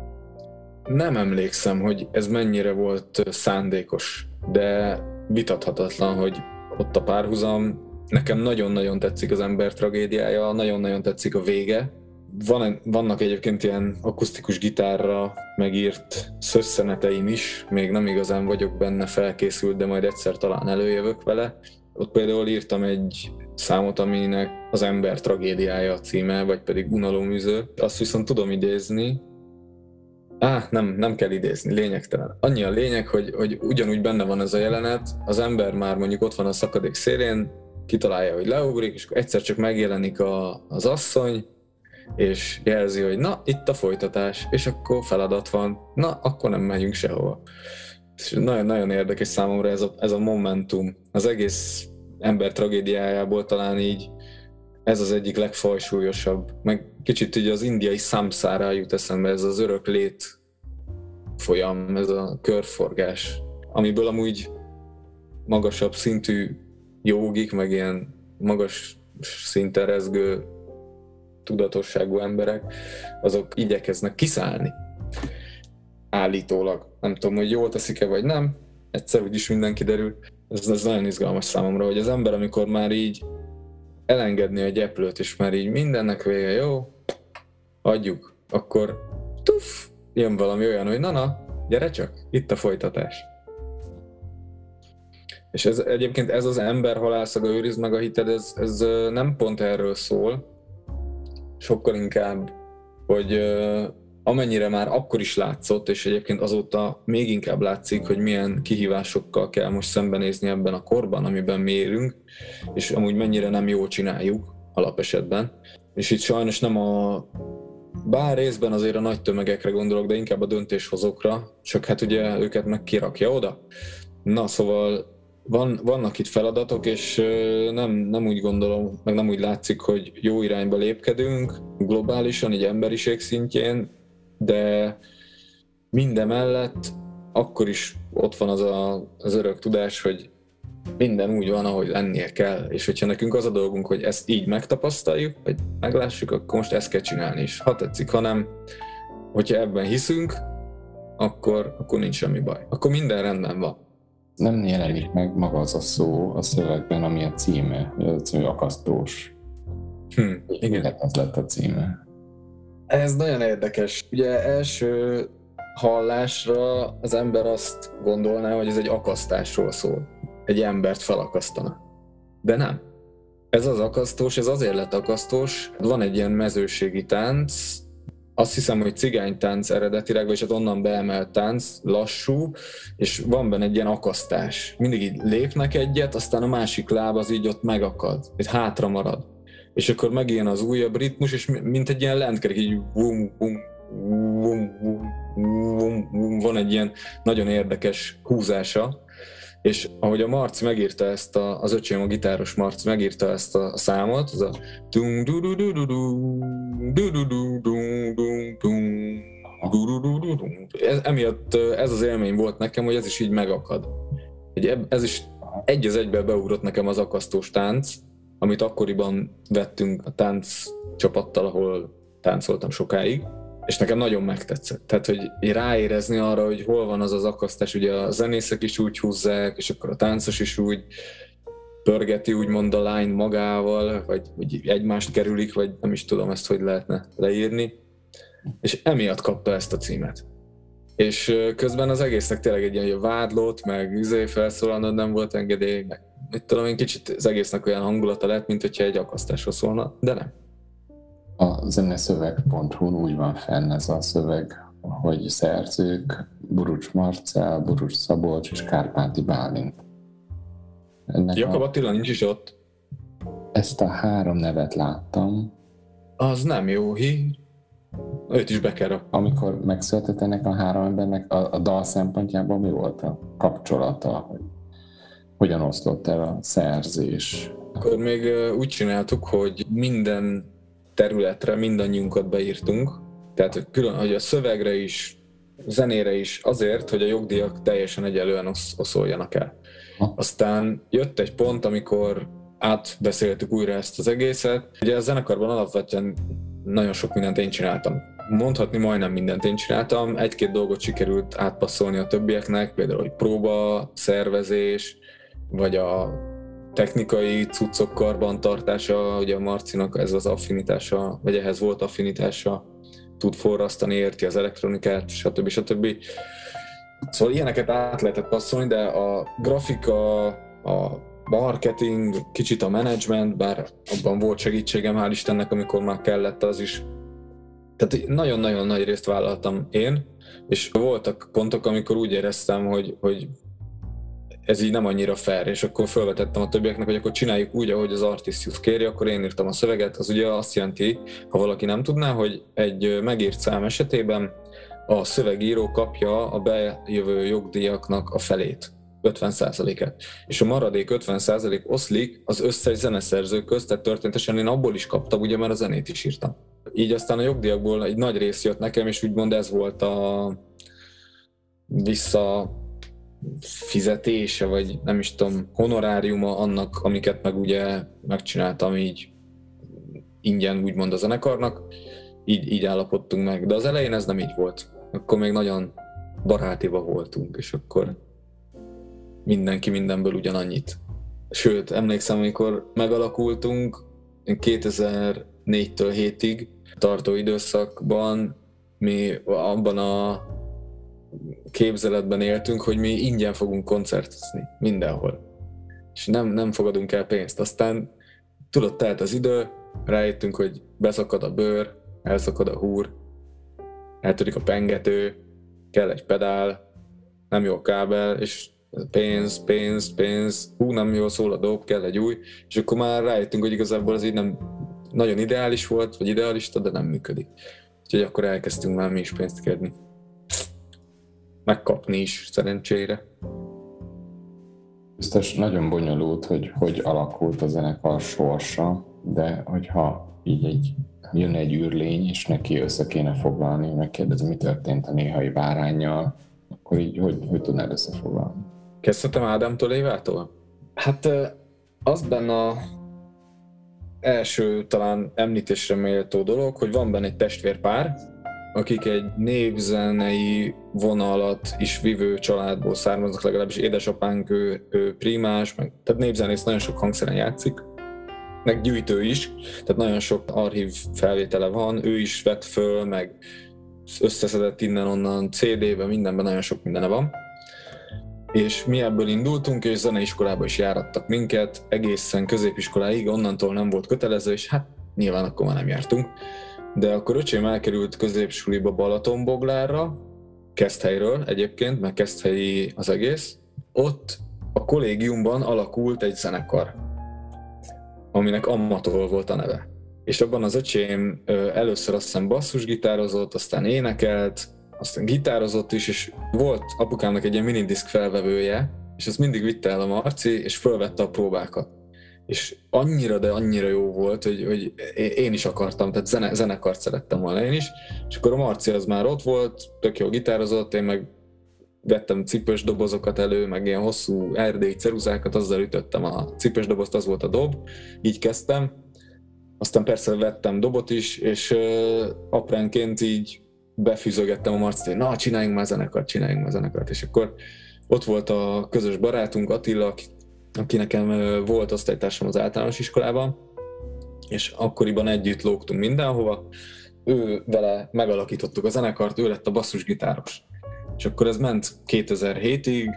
Nem emlékszem, hogy ez mennyire volt szándékos, de vitathatatlan, hogy ott a párhuzam. Nekem nagyon-nagyon tetszik az ember tragédiája, nagyon-nagyon tetszik a vége. Van, vannak egyébként ilyen akusztikus gitárra megírt szösszeneteim is, még nem igazán vagyok benne felkészült, de majd egyszer talán előjövök vele. Ott például írtam egy számot, aminek az ember tragédiája a címe, vagy pedig unaloműző. Azt viszont tudom idézni. Á, nem, nem kell idézni, lényegtelen. Annyi a lényeg, hogy, hogy ugyanúgy benne van ez a jelenet, az ember már mondjuk ott van a szakadék szélén, kitalálja, hogy leugrik, és akkor egyszer csak megjelenik a, az asszony, és jelzi, hogy na, itt a folytatás, és akkor feladat van, na, akkor nem megyünk sehova. És nagyon, nagyon érdekes számomra ez a, ez a momentum. Az egész ember tragédiájából talán így ez az egyik legfajsúlyosabb. Meg kicsit ugye az indiai samsára jut eszembe, ez az örök lét folyam, ez a körforgás, amiből amúgy magasabb szintű jógik, meg ilyen magas szinten rezgő tudatosságú emberek, azok igyekeznek kiszállni. Állítólag. Nem tudom, hogy jól teszik-e vagy nem, egyszer úgyis minden kiderül. Ez, ez nagyon izgalmas számomra, hogy az ember, amikor már így elengedni a gyeplőt, és már így mindennek vége, jó, adjuk, akkor tuff, jön valami olyan, hogy na-na, gyere csak, itt a folytatás. És ez, egyébként ez az ember halálszaga, őrizd meg a hited, ez, ez nem pont erről szól, sokkal inkább, hogy amennyire már akkor is látszott, és egyébként azóta még inkább látszik, hogy milyen kihívásokkal kell most szembenézni ebben a korban, amiben mi élünk, és amúgy mennyire nem jól csináljuk alapesetben. És itt sajnos nem a... Bár részben azért a nagy tömegekre gondolok, de inkább a döntéshozókra, csak hát ugye őket meg kirakja oda. Na, szóval van, vannak itt feladatok, és nem, nem úgy gondolom, meg nem úgy látszik, hogy jó irányba lépkedünk, globálisan, így emberiség szintjén, de mindemellett akkor is ott van az a, az örök tudás, hogy minden úgy van, ahogy lennie kell, és hogyha nekünk az a dolgunk, hogy ezt így megtapasztaljuk, vagy meglássuk, akkor most ezt kell csinálni is. Ha tetszik, ha nem, hogyha ebben hiszünk, akkor, akkor nincs semmi baj. Akkor minden rendben van.
Nem jelenik meg maga az a szó a szövegben, ami a címe, a címe akasztós.
Hm, igen.
Ez lett a címe.
Ez nagyon érdekes. Ugye első hallásra az ember azt gondolná, hogy ez egy akasztásról szól. Egy embert felakasztana. De nem. Ez az akasztós, ez azért lett akasztós. Van egy ilyen mezőségi tánc, azt hiszem, hogy cigánytánc eredetileg, vagy hát onnan beemelt tánc, lassú, és van benne egy ilyen akasztás. Mindig így lépnek egyet, aztán a másik láb az így ott megakad, így hátra marad. És akkor megjön az újabb ritmus, és mint egy ilyen lentkerék, így vum, vum, vum, vum, vum, vum, van egy ilyen nagyon érdekes húzása. És ahogy a Marci megírta ezt, a, az öcsém, a gitáros Marci megírta ezt a számot, az a ez, emiatt ez az élmény volt nekem, hogy ez is így megakad. Ez is egy az egyben beugrott nekem az akasztós tánc, amit akkoriban vettünk a tánc csapattal, ahol táncoltam sokáig, és nekem nagyon megtetszett. Tehát, hogy ráérezni arra, hogy hol van az az akasztás, ugye a zenészek is úgy húzzák, és akkor a táncos is úgy pörgeti úgymond a line magával, vagy, vagy egymást kerülik, vagy nem is tudom ezt, hogy lehetne leírni. És emiatt kapta ezt a címet. És közben az egésznek tényleg egy ilyen vádlott, meg üzé felszólalnod nem volt engedély, meg mit tudom én, kicsit az egésznek olyan hangulata lett, mint hogyha egy akasztásról szólna, de nem.
A zeneszöveg pont hu-n úgy van fenn ez a szöveg, hogy szerzők Burucs Marcell, Burucs Szabolcs és Kárpáti Bálint. Ennek
Jakab Attila nincs is ott.
Ezt a három nevet láttam.
Az nem jó hír. Őt is be kell rakni.
Amikor megszületett ennek a három embernek, a, a dal szempontjából mi volt a kapcsolata? Hogy hogyan oszlott el a szerzés?
Akkor még úgy csináltuk, hogy minden területre mindannyiunkat beírtunk, tehát hogy külön, hogy a szövegre is, zenére is azért, hogy a jogdíjak teljesen egyenlően osz, oszoljanak el. Ha. Aztán jött egy pont, amikor átbeszéltük újra ezt az egészet. Ugye a zenekarban alapvetően nagyon sok mindent én csináltam. Mondhatni majdnem mindent én csináltam, egy-két dolgot sikerült átpasszolni a többieknek, például hogy próba, szervezés, vagy a technikai cuccok karbantartása, ugye a Marcinak ez az affinitása, vagy ehhez volt affinitása, tud forrasztani, érti az elektronikát, stb. stb. Szóval ilyeneket át lehetett passzolni, de a grafika, a marketing, kicsit a menedzsment, bár abban volt segítségem, hál' Istennek, amikor már kellett az is. Tehát nagyon-nagyon nagy részt vállaltam én, és voltak pontok, amikor úgy éreztem, hogy, hogy ez így nem annyira fair, és akkor felvetettem a többieknek, hogy akkor csináljuk úgy, ahogy az Artisius kéri, akkor én írtam a szöveget. Az ugye azt jelenti, ha valaki nem tudná, hogy egy megírt szám esetében a szövegíró kapja a bejövő jogdíjaknak a felét, ötven százalékát. És a maradék ötven százalék oszlik az összes zeneszerző közt, tehát történetesen én abból is kaptam, ugye, mert a zenét is írtam. Így aztán a jogdíjakból egy nagy rész jött nekem, és úgymond ez volt a vissza fizetése, vagy nem is tudom, honoráriuma annak, amiket meg ugye megcsináltam így ingyen úgymond a zenekarnak, így, így állapodtunk meg. De az elején ez nem így volt. Akkor még nagyon barátiba voltunk, és akkor mindenki mindenből ugyanannyit. Sőt, emlékszem, amikor megalakultunk, kétezer-négytől hétig tartó időszakban mi abban a képzeletben éltünk, hogy mi ingyen fogunk koncertezni mindenhol. És nem, nem fogadunk el pénzt. Aztán tudod, telt az idő, rájöttünk, hogy beszakad a bőr, elszakad a húr, eltörik a pengető, kell egy pedál, nem jó a kábel, és pénz, pénz, pénz, hú, nem jól szól a dob, kell egy új, és akkor már rájöttünk, hogy igazából az így nem nagyon ideális volt, vagy idealista, de nem működik. Úgyhogy akkor elkezdtünk már mi is pénzt kérni. Megkapni is, szerencsére.
Biztos nagyon bonyolult, hogy hogy alakult a zenekar sorsa, de hogyha így egy, jön egy űrlény, és neki össze kéne foglalni, megkérdezi, mi történt a néhai báránnyal, akkor így hogy, hogy tudnád összefoglalni?
Kezdhetem Ádámtól, Évától? Hát az benne a első talán említésre méltó dolog, hogy van benne egy testvérpár, akik egy népzenei vonalat is vívő családból származnak, legalábbis édesapánk ő, ő primás, meg, tehát népzenész, nagyon sok hangszeren játszik, meg gyűjtő is, tehát nagyon sok archív felvétele van, ő is vett föl, meg összeszedett innen-onnan cé dé-ben, mindenben nagyon sok mindene van. És mi ebből indultunk, és zeneiskolába is járattak minket, egészen középiskoláig, onnantól nem volt kötelező, és hát nyilván akkor már nem jártunk. De akkor öcsém elkerült középsuliba Balatonboglárra, Keszthelyről egyébként, mert keszthelyi az egész. Ott a kollégiumban alakult egy zenekar, aminek Amatol volt a neve. És abban az öcsém először azt hiszem basszusgitározott, aztán énekelt, aztán gitározott is, és volt apukámnak egy ilyen minidisk felvevője, és ezt mindig vitte el a Marci, és fölvette a próbákat. És annyira, de annyira jó volt, hogy, hogy én is akartam, tehát zene, zenekart szerettem volna én is, és akkor a Marci az már ott volt, tök jó gitározott, én meg vettem cipős dobozokat elő, meg ilyen hosszú erdélyi ceruzákat, azzal ütöttem a cipős dobozt, az volt a dob, így kezdtem. Aztán persze vettem dobot is, és uh, apránként így befűzögettem a Marcit, hogy na, csináljunk már zenekart, csináljunk már zenekart. És akkor ott volt a közös barátunk, Attila, aki nekem uh, volt osztálytársam az általános iskolában, és akkoriban együtt lógtunk mindenhova. Ő vele megalakítottuk a zenekart, ő lett a basszusgitáros. És akkor ez ment kétezer-hétig,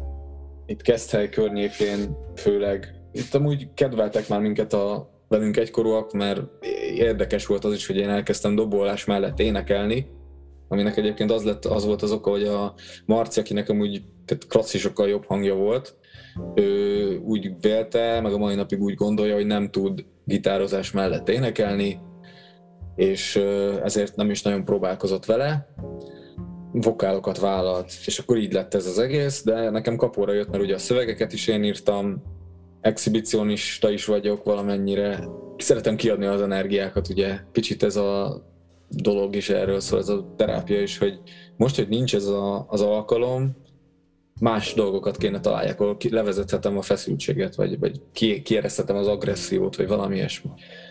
itt Keszthely környékén főleg. Itt amúgy kedveltek már minket a velünk egykorúak, mert érdekes volt az is, hogy én elkezdtem dobolás mellett énekelni, aminek egyébként az, lett, az volt az oka, hogy a Marci, akinek amúgy tehát klasszisokkal jobb hangja volt, ő úgy vélte, meg a mai napig úgy gondolja, hogy nem tud gitározás mellett énekelni, és ezért nem is nagyon próbálkozott vele, vokálokat vállalt, és akkor így lett ez az egész, de nekem kapóra jött, mert ugye a szövegeket is én írtam, exhibicionista is vagyok valamennyire, szeretem kiadni az energiákat, ugye kicsit ez a dolog is erről szól, ez a terápia is, hogy most, hogy nincs ez a, az alkalom, más dolgokat kéne találjak, ahol levezethetem a feszültséget, vagy, vagy kiereszthetem az agressziót, vagy valami ilyesmi.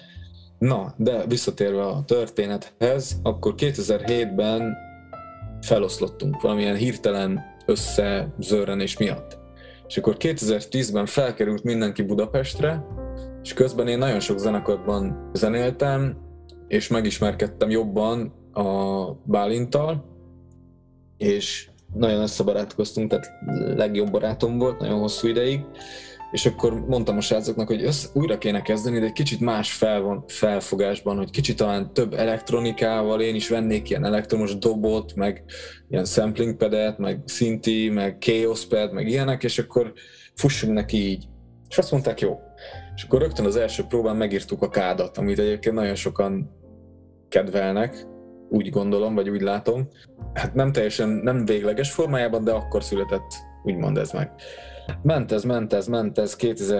Na, de visszatérve a történethez, akkor kétezer-hétben feloszlottunk valamilyen hirtelen összezörrenés miatt. És akkor kétezer-tízben felkerült mindenki Budapestre, és közben én nagyon sok zenekarban zenéltem, és megismerkedtem jobban a Bálinttal, és nagyon összebarátkoztunk, tehát legjobb barátom volt nagyon hosszú ideig, és akkor mondtam a srácoknak, hogy össze, újra kéne kezdeni, de egy kicsit más felvon, felfogásban, hogy kicsit talán több elektronikával, én is vennék ilyen elektromos dobot, meg ilyen sampling padet, meg szinti, meg chaos pad, meg ilyenek, és akkor fussunk neki így. És azt mondták, jó. És akkor rögtön az első próbán megírtuk a kádat, amit egyébként nagyon sokan kedvelnek, úgy gondolom, vagy úgy látom. Hát nem teljesen, nem végleges formájában, de akkor született, úgymond ez meg. Ment ez, ment ez, ment ez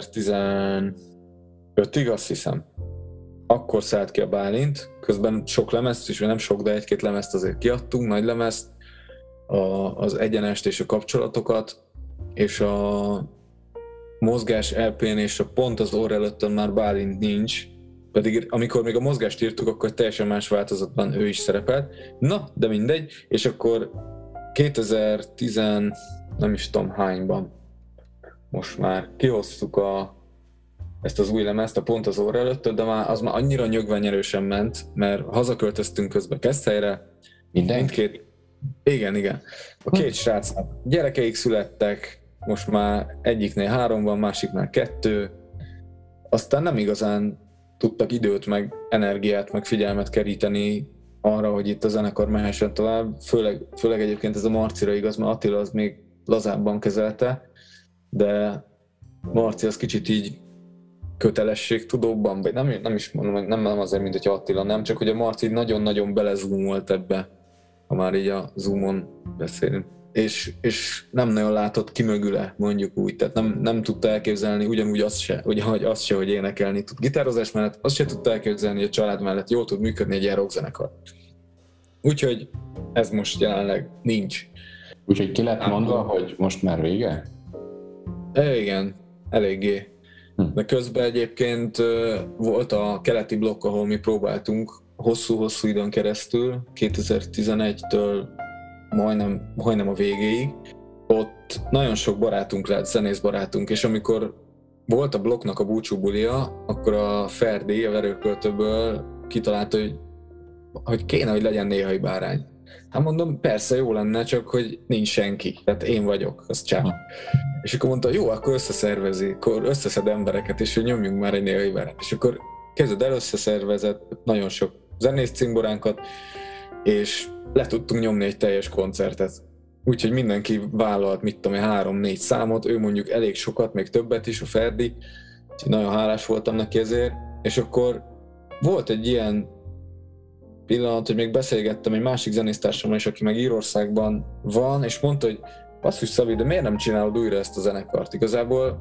kétezer-tizenötig, azt hiszem. Akkor szállt ki a Bálint, közben sok lemezt is, vagy nem sok, de egy-két lemezt azért kiadtunk, nagy lemezt, a, az egyenest és a kapcsolatokat, és a mozgás é pén és a pont az orr előttön már Bálint nincs, pedig amikor még a mozgást írtuk, akkor teljesen más változatban ő is szerepelt. Na, de mindegy, és akkor kétezer-tíz, nem is tudom hányban, most már kihoztuk a, ezt az új lemezt, a pont az orr előtt, de már, az már annyira nyögvenyerősen ment, mert hazaköltöztünk közben Keszthelyre. Mindkét, igen, igen. A két srácnak gyerekeik születtek, most már egyiknél három van, másiknál kettő. Aztán nem igazán tudtak időt, meg energiát, meg figyelmet keríteni arra, hogy itt a zenekar mehessen tovább. Főleg, főleg egyébként ez a Marcira igaz, mert Attila az még lazábban kezelte, de Marci az kicsit így kötelességtudóbban, vagy nem, nem is mondom, nem, nem azért, mint hogy Attila, nem, csak hogy a Marci nagyon-nagyon belezoomolt ebbe, ha már így a Zoomon beszélünk. És, és nem nagyon látott ki mögüle, mondjuk úgy, tehát nem, nem tudta elképzelni ugyanúgy azt se, ugye, hogy azt se, hogy énekelni tud gitározás mellett, azt se tudta elképzelni, hogy a család mellett jól tud működni egy ilyen rockzenekar. Úgyhogy ez most jelenleg nincs.
Úgyhogy ki lett mondva, hogy most már vége?
É, igen. eléggé. De közben egyébként volt a keleti blokk, ahol mi próbáltunk hosszú-hosszú időn keresztül, kétezer-tizenegytől majdnem, majdnem a végéig. Ott nagyon sok barátunk lett, zenész barátunk, és amikor volt a blokknak a búcsúbulia, akkor a Ferdi, a Verőköltőből kitalálta, hogy, hogy kéne, hogy legyen néhai bárány. Hát mondom, persze jó lenne, csak hogy nincs senki, tehát én vagyok, az csak. És akkor mondta, jó, akkor összeszervezi, akkor összeszed embereket, és hogy nyomjunk már egy néhai bárányt. És akkor kezded el, összeszervezett nagyon sok zenész cimboránkat, és le tudtunk nyomni egy teljes koncertet. Úgyhogy mindenki vállalt, mit tudom én, három-négy számot, ő mondjuk elég sokat, még többet is, a Ferdi, úgyhogy nagyon hálás voltam neki ezért, és akkor volt egy ilyen pillanat, hogy még beszélgettem egy másik zenésztársammal is, aki meg Írországban van, és mondta, hogy basszus Szabi, de miért nem csinálod újra ezt a zenekart? Igazából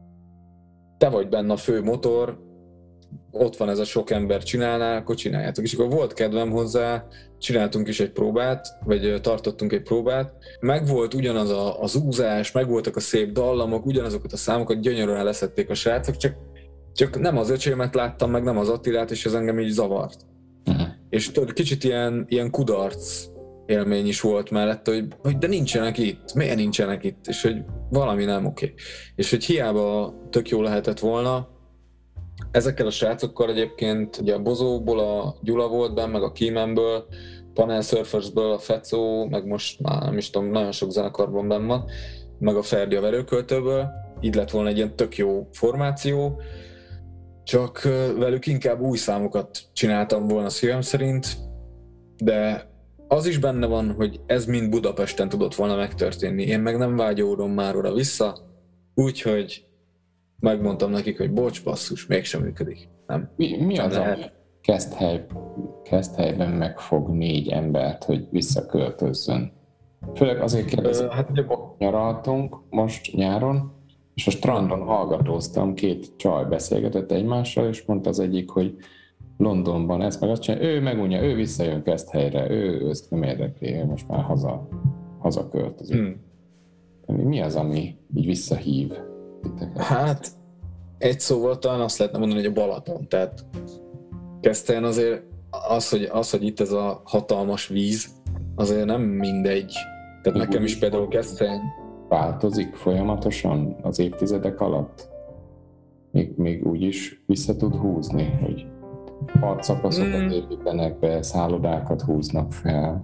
te vagy benne a fő motor, ott van ez a sok ember, csinálná, akkor csináljátok. És akkor volt kedvem hozzá, csináltunk is egy próbát, vagy tartottunk egy próbát. Megvolt ugyanaz a, az úzás, megvoltak a szép dallamok, ugyanazokat a számokat gyönyörűen leszették a srácok, csak, csak nem az öcsémet láttam, meg nem az Attilát, és ez engem így zavart. Uh-huh. És tudod, kicsit ilyen, ilyen kudarc élmény is volt mellette, hogy, hogy de nincsenek itt, miért nincsenek itt, és hogy valami nem oké. Okay. És hogy hiába tök jó lehetett volna, ezekkel a srácokkal egyébként, ugye a Bozóból a Gyula volt benne, meg a Keymanből, Panel Surfersből a Fecó, meg most már nem is tudom, nagyon sok zenekarban benne van, meg a Ferdi a Verőköltőből, így lett volna egy ilyen tök jó formáció, csak velük inkább új számokat csináltam volna szívem szerint, de az is benne van, hogy ez mind Budapesten tudott volna megtörténni, én meg nem vágyódom már oda vissza, úgyhogy megmondtam nekik, hogy bocs, basszus, mégsem működik. Nem.
Mi, mi az, ami Keszthely, Keszthelyben megfog négy embert, hogy visszaköltözzön? Főleg azért kérdezem, uh, hát, nyaraltunk most nyáron, és a strandon hallgatóztam, két csaj beszélgetett egymással, és mondta az egyik, hogy Londonban ezt meg azt csinálja, ő megunja, ő visszajön Keszthelyre, ő ezt nem érdekli, ő most már haza, hazaköltözik. Hmm. Mi az, ami így visszahív titeket?
Hát, egy szóval talán azt lehetne mondani, hogy a Balaton, tehát Keszthelyen azért az, hogy, az, hogy itt ez a hatalmas víz, azért nem mindegy. Tehát
még
nekem is például Keszthelyen
változik folyamatosan az évtizedek alatt? Még, még úgy is vissza tud húzni, hogy partszakaszokat mm. építenek be, szállodákat húznak fel.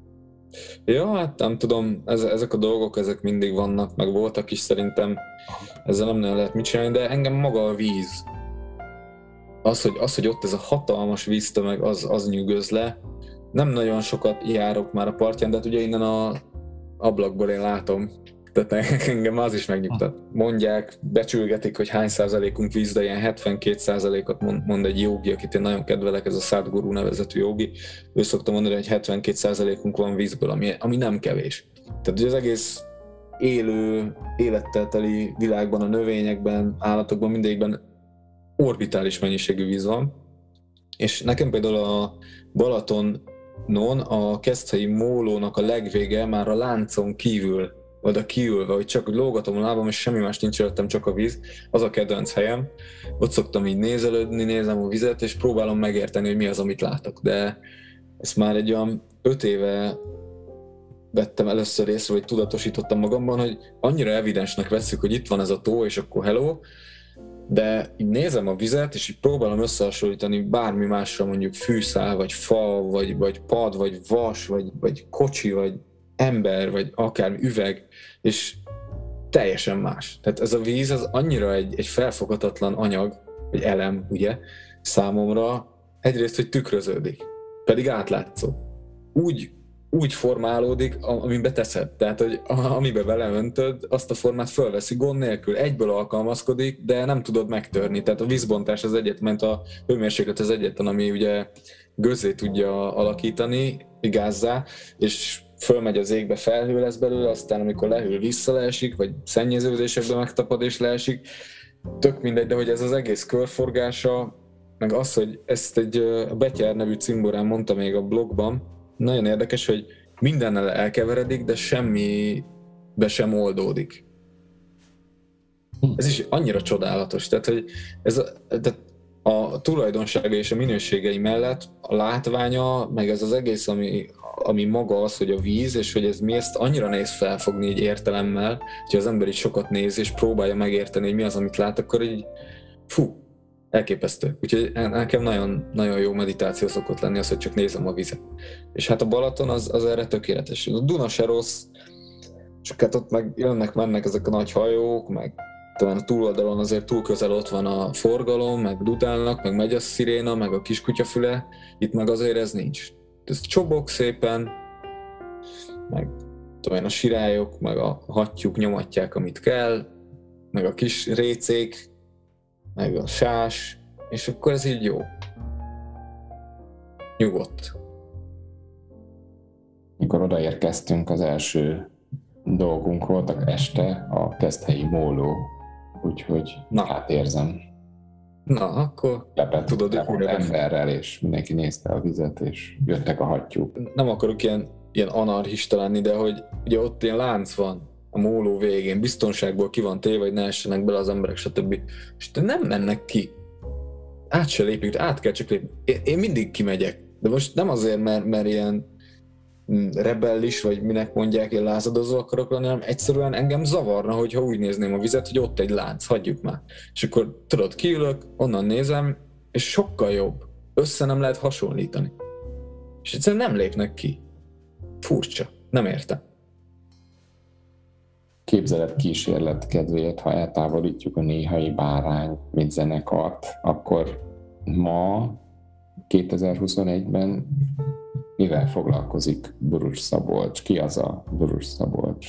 Ja, hát nem tudom, ez, ezek a dolgok, ezek mindig vannak, meg voltak is szerintem, ezzel nem nagyon lehet mit csinálni, de engem maga a víz. Az, hogy, az, hogy ott ez a hatalmas víztömeg, az, az nyűgöz le. Nem nagyon sokat járok már a partján, de hát ugye innen a ablakból én látom, tehát engem az is megnyugtat. Mondják, becsülgetik, hogy hány százalékunk víz, de ilyen hetvenkét százalékot mond, mond egy jogi, akit én nagyon kedvelek, ez a Sadhguru nevezetű jogi. Ő szokta mondani, hogy hetvenkét százalékunk van vízből, ami, ami nem kevés. Tehát ugye az egész élő, élettel teli világban, a növényekben, állatokban, mindegyikben orbitális mennyiségű víz van. És nekem például a Balatonon a Keszthelyi mólónak a legvége már a láncon kívül, oda kiülve, hogy csak lógatom a lábam, és semmi más nincs előttem, csak a víz. Az a kedvenc helyem. Ott szoktam így nézelődni, nézem a vizet, és próbálom megérteni, hogy mi az, amit látok. De ezt már egy olyan öt éve vettem először észre, hogy tudatosítottam magamban, hogy annyira evidensnek vesszük, hogy itt van ez a tó, és akkor hello, de így nézem a vizet, és így próbálom összehasonlítani bármi másra, mondjuk fűszál, vagy fa, vagy, vagy pad, vagy vas, vagy, vagy kocsi, vagy ember, vagy akár üveg, és teljesen más. Tehát ez a víz az annyira egy, egy felfoghatatlan anyag, vagy elem, ugye, számomra, egyrészt, hogy tükröződik, pedig átlátszó. Úgy, úgy formálódik, amiben teszed. Tehát, hogy amiben beleöntöd, azt a formát fölveszi gond nélkül. Egyből alkalmazkodik, de nem tudod megtörni. Tehát a vízbontás az egyetlen, mert a hőmérséklet az egyetlen, ami ugye gözzé tudja alakítani, gázzá, és fölmegy az égbe, felhő lesz belőle, aztán amikor lehűl, visszaleesik, vagy szennyeződésekbe megtapad és leesik. Tök mindegy, de hogy ez az egész körforgása, meg az, hogy ezt egy a Betyár nevű cimborán mondta még a blogban, nagyon érdekes, hogy mindennel elkeveredik, de semmibe sem oldódik. Ez is annyira csodálatos, tehát hogy ez a, tehát a tulajdonsága és a minőségei mellett a látványa, meg ez az egész, ami, ami maga az, hogy a víz, és hogy ez mi, ezt annyira nehéz felfogni így értelemmel, hogyha az ember így sokat néz, és próbálja megérteni, hogy mi az, amit lát, akkor így fú, elképesztő. Úgyhogy nekem nagyon, nagyon jó meditáció szokott lenni az, hogy csak nézem a vizet. És hát a Balaton az, az erre tökéletes. A Duna se rossz, csak hát ott meg jönnek, mennek ezek a nagy hajók, meg talán a túloldalon azért túl közel ott van a forgalom, meg dudálnak, meg megy a sziréna, meg a kiskutyafüle, itt meg azért ez nincs. Ez csobog szépen, meg tudom, a sirályok, meg a hattyúk nyomatják, amit kell, meg a kis récék, meg a sás, és akkor ez így jó. Nyugodt.
Mikor odaérkeztünk, az első dolgunk voltak este a Keszthelyi móló, úgyhogy
Na.
hát érzem.
Na, akkor
Lepett,
tudod,
lepett emberrel, és mindenki nézte a vizet, és jöttek a hattyúk.
nem akarok ilyen, ilyen anarchista lenni, de hogy ugye ott ilyen lánc van a móló végén, biztonságból ki van téve, hogy ne essenek bele az emberek, stb. És de nem mennek ki. Át se lépjük, át kell csak lépni. Én, én mindig kimegyek, de most nem azért, mert, mert ilyen rebellis, vagy minek mondják, én lázadozó akarok lenni, hanem egyszerűen engem zavarna, hogyha úgy nézném a vizet, hogy ott egy lánc, hagyjuk már. És akkor tudod, kiülök, onnan nézem, és sokkal jobb. Össze nem lehet hasonlítani. És egyszerűen nem lépnek ki. Furcsa. Nem értem.
Képzelet kísérlet kedvéért, ha eltávolítjuk a Néhai Bárány, mint zenekart, akkor ma, kétezer-huszonegyben mivel foglalkozik Burus Szabolcs? Ki az a Burus Szabolcs?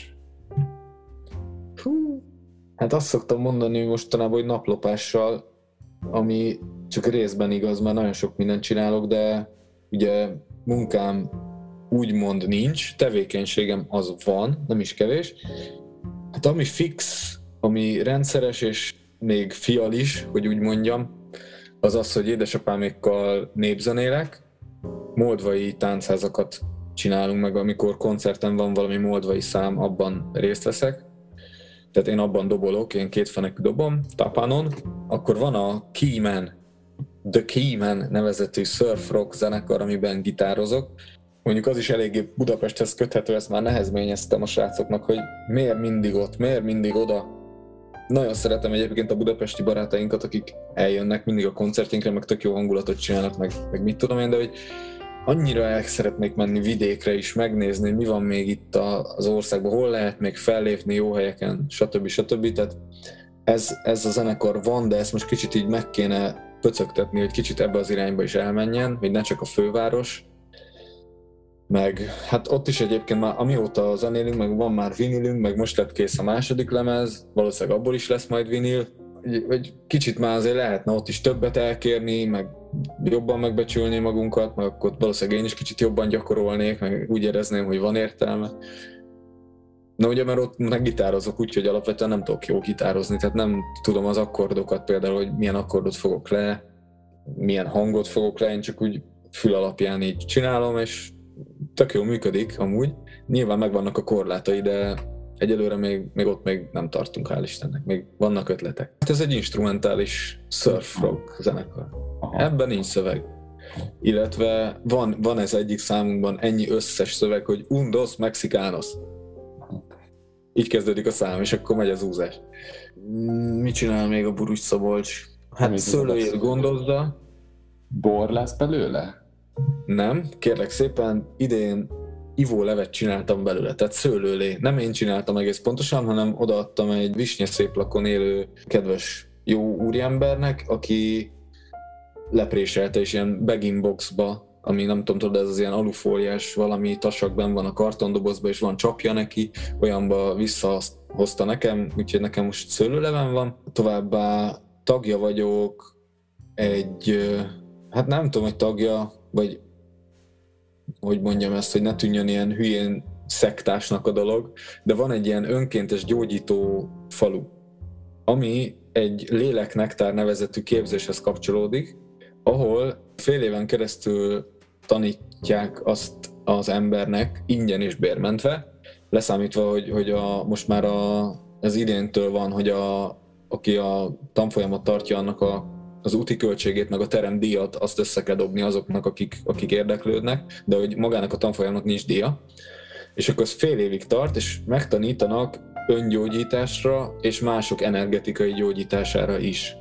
Hú. Hát azt szoktam mondani mostanában, hogy naplopással, ami csak részben igaz, mert nagyon sok mindent csinálok, de ugye munkám úgymond nincs, tevékenységem az van, nem is kevés. Hát ami fix, ami rendszeres és még fial is, hogy úgy mondjam, az az, hogy édesapámékkal népzenélek, moldvai táncházakat csinálunk meg, amikor koncerten van valami moldvai szám, abban részt veszek. Tehát én abban dobolok, én kétfenekű dobom, Tapanon. Akkor van a Keyman, The Keyman nevezetű surf rock zenekar, amiben gitározok. Mondjuk az is eléggé Budapesthez köthető, ezt már nehezményeztem a srácoknak, hogy miért mindig ott, miért mindig oda. Nagyon szeretem egyébként a budapesti barátainkat, akik eljönnek mindig a koncertjénkre, meg tök jó hangulatot csinálnak, meg, meg mit tudom én, de hogy annyira el szeretnék menni vidékre is, megnézni, mi van még itt az országban, hol lehet még fellépni jó helyeken, stb. stb. Tehát ez, ez a zenekar van, de ezt most kicsit így meg kéne pöcögtetni, hogy kicsit ebbe az irányba is elmenjen, hogy ne csak a főváros. Meg hát ott is egyébként már amióta zenélünk, meg van már vinilünk, meg most lett kész a második lemez, valószínűleg abból is lesz majd vinil, hogy kicsit már azért lehetne ott is többet elkérni, meg jobban megbecsülni magunkat, meg akkor valószínűleg én is kicsit jobban gyakorolnék, meg úgy érezném, hogy van értelme. Na ugye, mert ott meggitározok úgy, hogy alapvetően nem tudok jó gitározni, tehát nem tudom az akkordokat például, hogy milyen akkordot fogok le, milyen hangot fogok le, én csak úgy fül alapján így csinálom, és tök jól működik amúgy. Nyilván megvannak a korlátai, de egyelőre még, még ott még nem tartunk, hál' Istennek. Még vannak ötletek. Hát ez egy instrumentális surf rock zenekar. Ebben nincs szöveg. Illetve van, van ez egyik számunkban ennyi összes szöveg, hogy un, dos, mexicanos. Így kezdődik a szám, és akkor megy az úzás. Mit csinál még a Burus Szabolcs? Hát szőlőjét gondozza.
Bor lesz belőle?
Nem, kérlek szépen, idén ivólevet csináltam belőle, tehát szőlőlé. Nem én csináltam egész pontosan, hanem odaadtam egy Visnyeszéplakon élő kedves jó úriembernek, aki lepréselte és ilyen bag-in boxba, ami nem tudom, tudod, ez az ilyen alufóliás valami tasakban van a kartondobozban, és van csapja neki, olyanba visszahozta nekem, úgyhogy nekem most szőlőlevem van. Továbbá tagja vagyok egy, hát nem tudom, hogy tagja, vagy hogy mondjam ezt, hogy ne tűnjön ilyen hülyén szektásnak a dolog, de van egy ilyen önkéntes gyógyító falu, ami egy léleknektár nevezetű képzéshez kapcsolódik, ahol fél éven keresztül tanítják azt az embernek ingyen és bérmentve, leszámítva, hogy, hogy a, most már a, az idéntől van, hogy a, aki a tanfolyamot tartja, annak a, az úti költségét, meg a teremdíjat, azt össze kell dobni azoknak, akik, akik érdeklődnek, de hogy magának a tanfolyamnak nincs díja. És akkor ez fél évig tart, és megtanítanak öngyógyításra és mások energetikai gyógyítására is.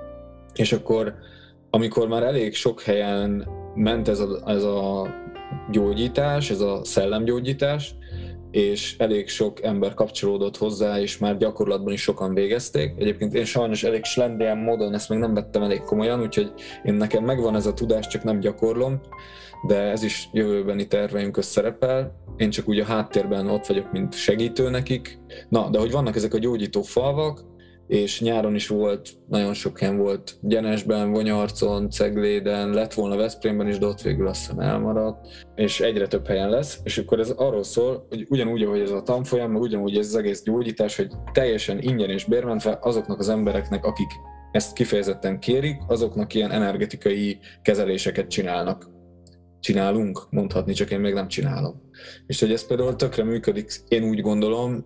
És akkor, amikor már elég sok helyen ment ez a, ez a gyógyítás, ez a szellemgyógyítás, és elég sok ember kapcsolódott hozzá, és már gyakorlatban is sokan végezték. Egyébként én sajnos elég slendrián módon ezt még nem vettem elég komolyan, úgyhogy én nekem megvan ez a tudás, csak nem gyakorlom, de ez is jövőbeni terveim közt szerepel. Én csak úgy a háttérben ott vagyok, mint segítő nekik. Na, de hogy vannak ezek a gyógyító falvak, és nyáron is volt, nagyon sok helyen volt, Gyenesben, Vonyarcon, Cegléden, lett volna Veszprémben is, de ott végül azt hiszem elmaradt, és egyre több helyen lesz, és akkor ez arról szól, hogy ugyanúgy, ahogy ez a tanfolyam, meg ugyanúgy ez az egész gyógyítás, hogy teljesen ingyen és bérmentve azoknak az embereknek, akik ezt kifejezetten kérik, azoknak ilyen energetikai kezeléseket csinálnak. Csinálunk, mondhatni, csak én még nem csinálom. És hogy ez például tökre működik, én úgy gondolom,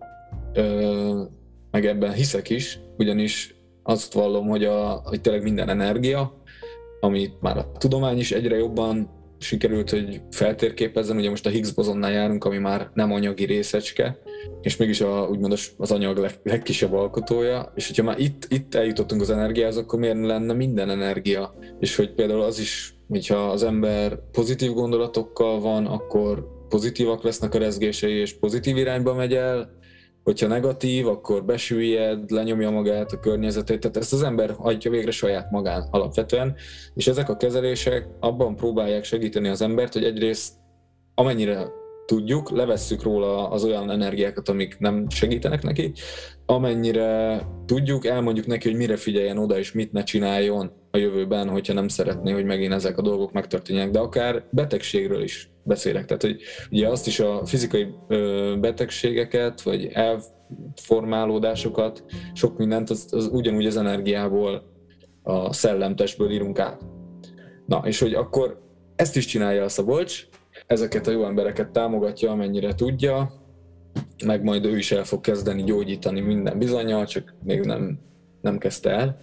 ö- meg ebben hiszek is, ugyanis azt vallom, hogy, a, hogy tényleg minden energia, amit már a tudomány is egyre jobban sikerült, hogy feltérképezzen, ugye most a Higgs bozonnál járunk, ami már nem anyagi részecske, és mégis a, úgymond az anyag leg, legkisebb alkotója, és hogyha már itt, itt eljutottunk az energiához, akkor miért lenne minden energia? És hogy például az is, hogyha az ember pozitív gondolatokkal van, akkor pozitívak lesznek a rezgései, és pozitív irányba megy el, hogyha negatív, akkor besüllyed, lenyomja magát, a környezetét, tehát ezt az ember hagyja végre saját magán alapvetően, és ezek a kezelések abban próbálják segíteni az embert, hogy egyrészt amennyire tudjuk, levesszük róla az olyan energiákat, amik nem segítenek neki, amennyire tudjuk, elmondjuk neki, hogy mire figyeljen oda, és mit ne csináljon a jövőben, hogyha nem szeretné, hogy megint ezek a dolgok megtörténjenek, de akár betegségről is beszélek. Tehát, hogy ugye azt is a fizikai betegségeket, vagy elformálódásokat, sok mindent, az, az ugyanúgy az energiából, a szellemtestből írunk át. Na, és hogy akkor ezt is csinálja a Szabolcs, ezeket a jó embereket támogatja, amennyire tudja, meg majd ő is el fog kezdeni gyógyítani minden bizonnyal, csak még nem, nem kezdte el.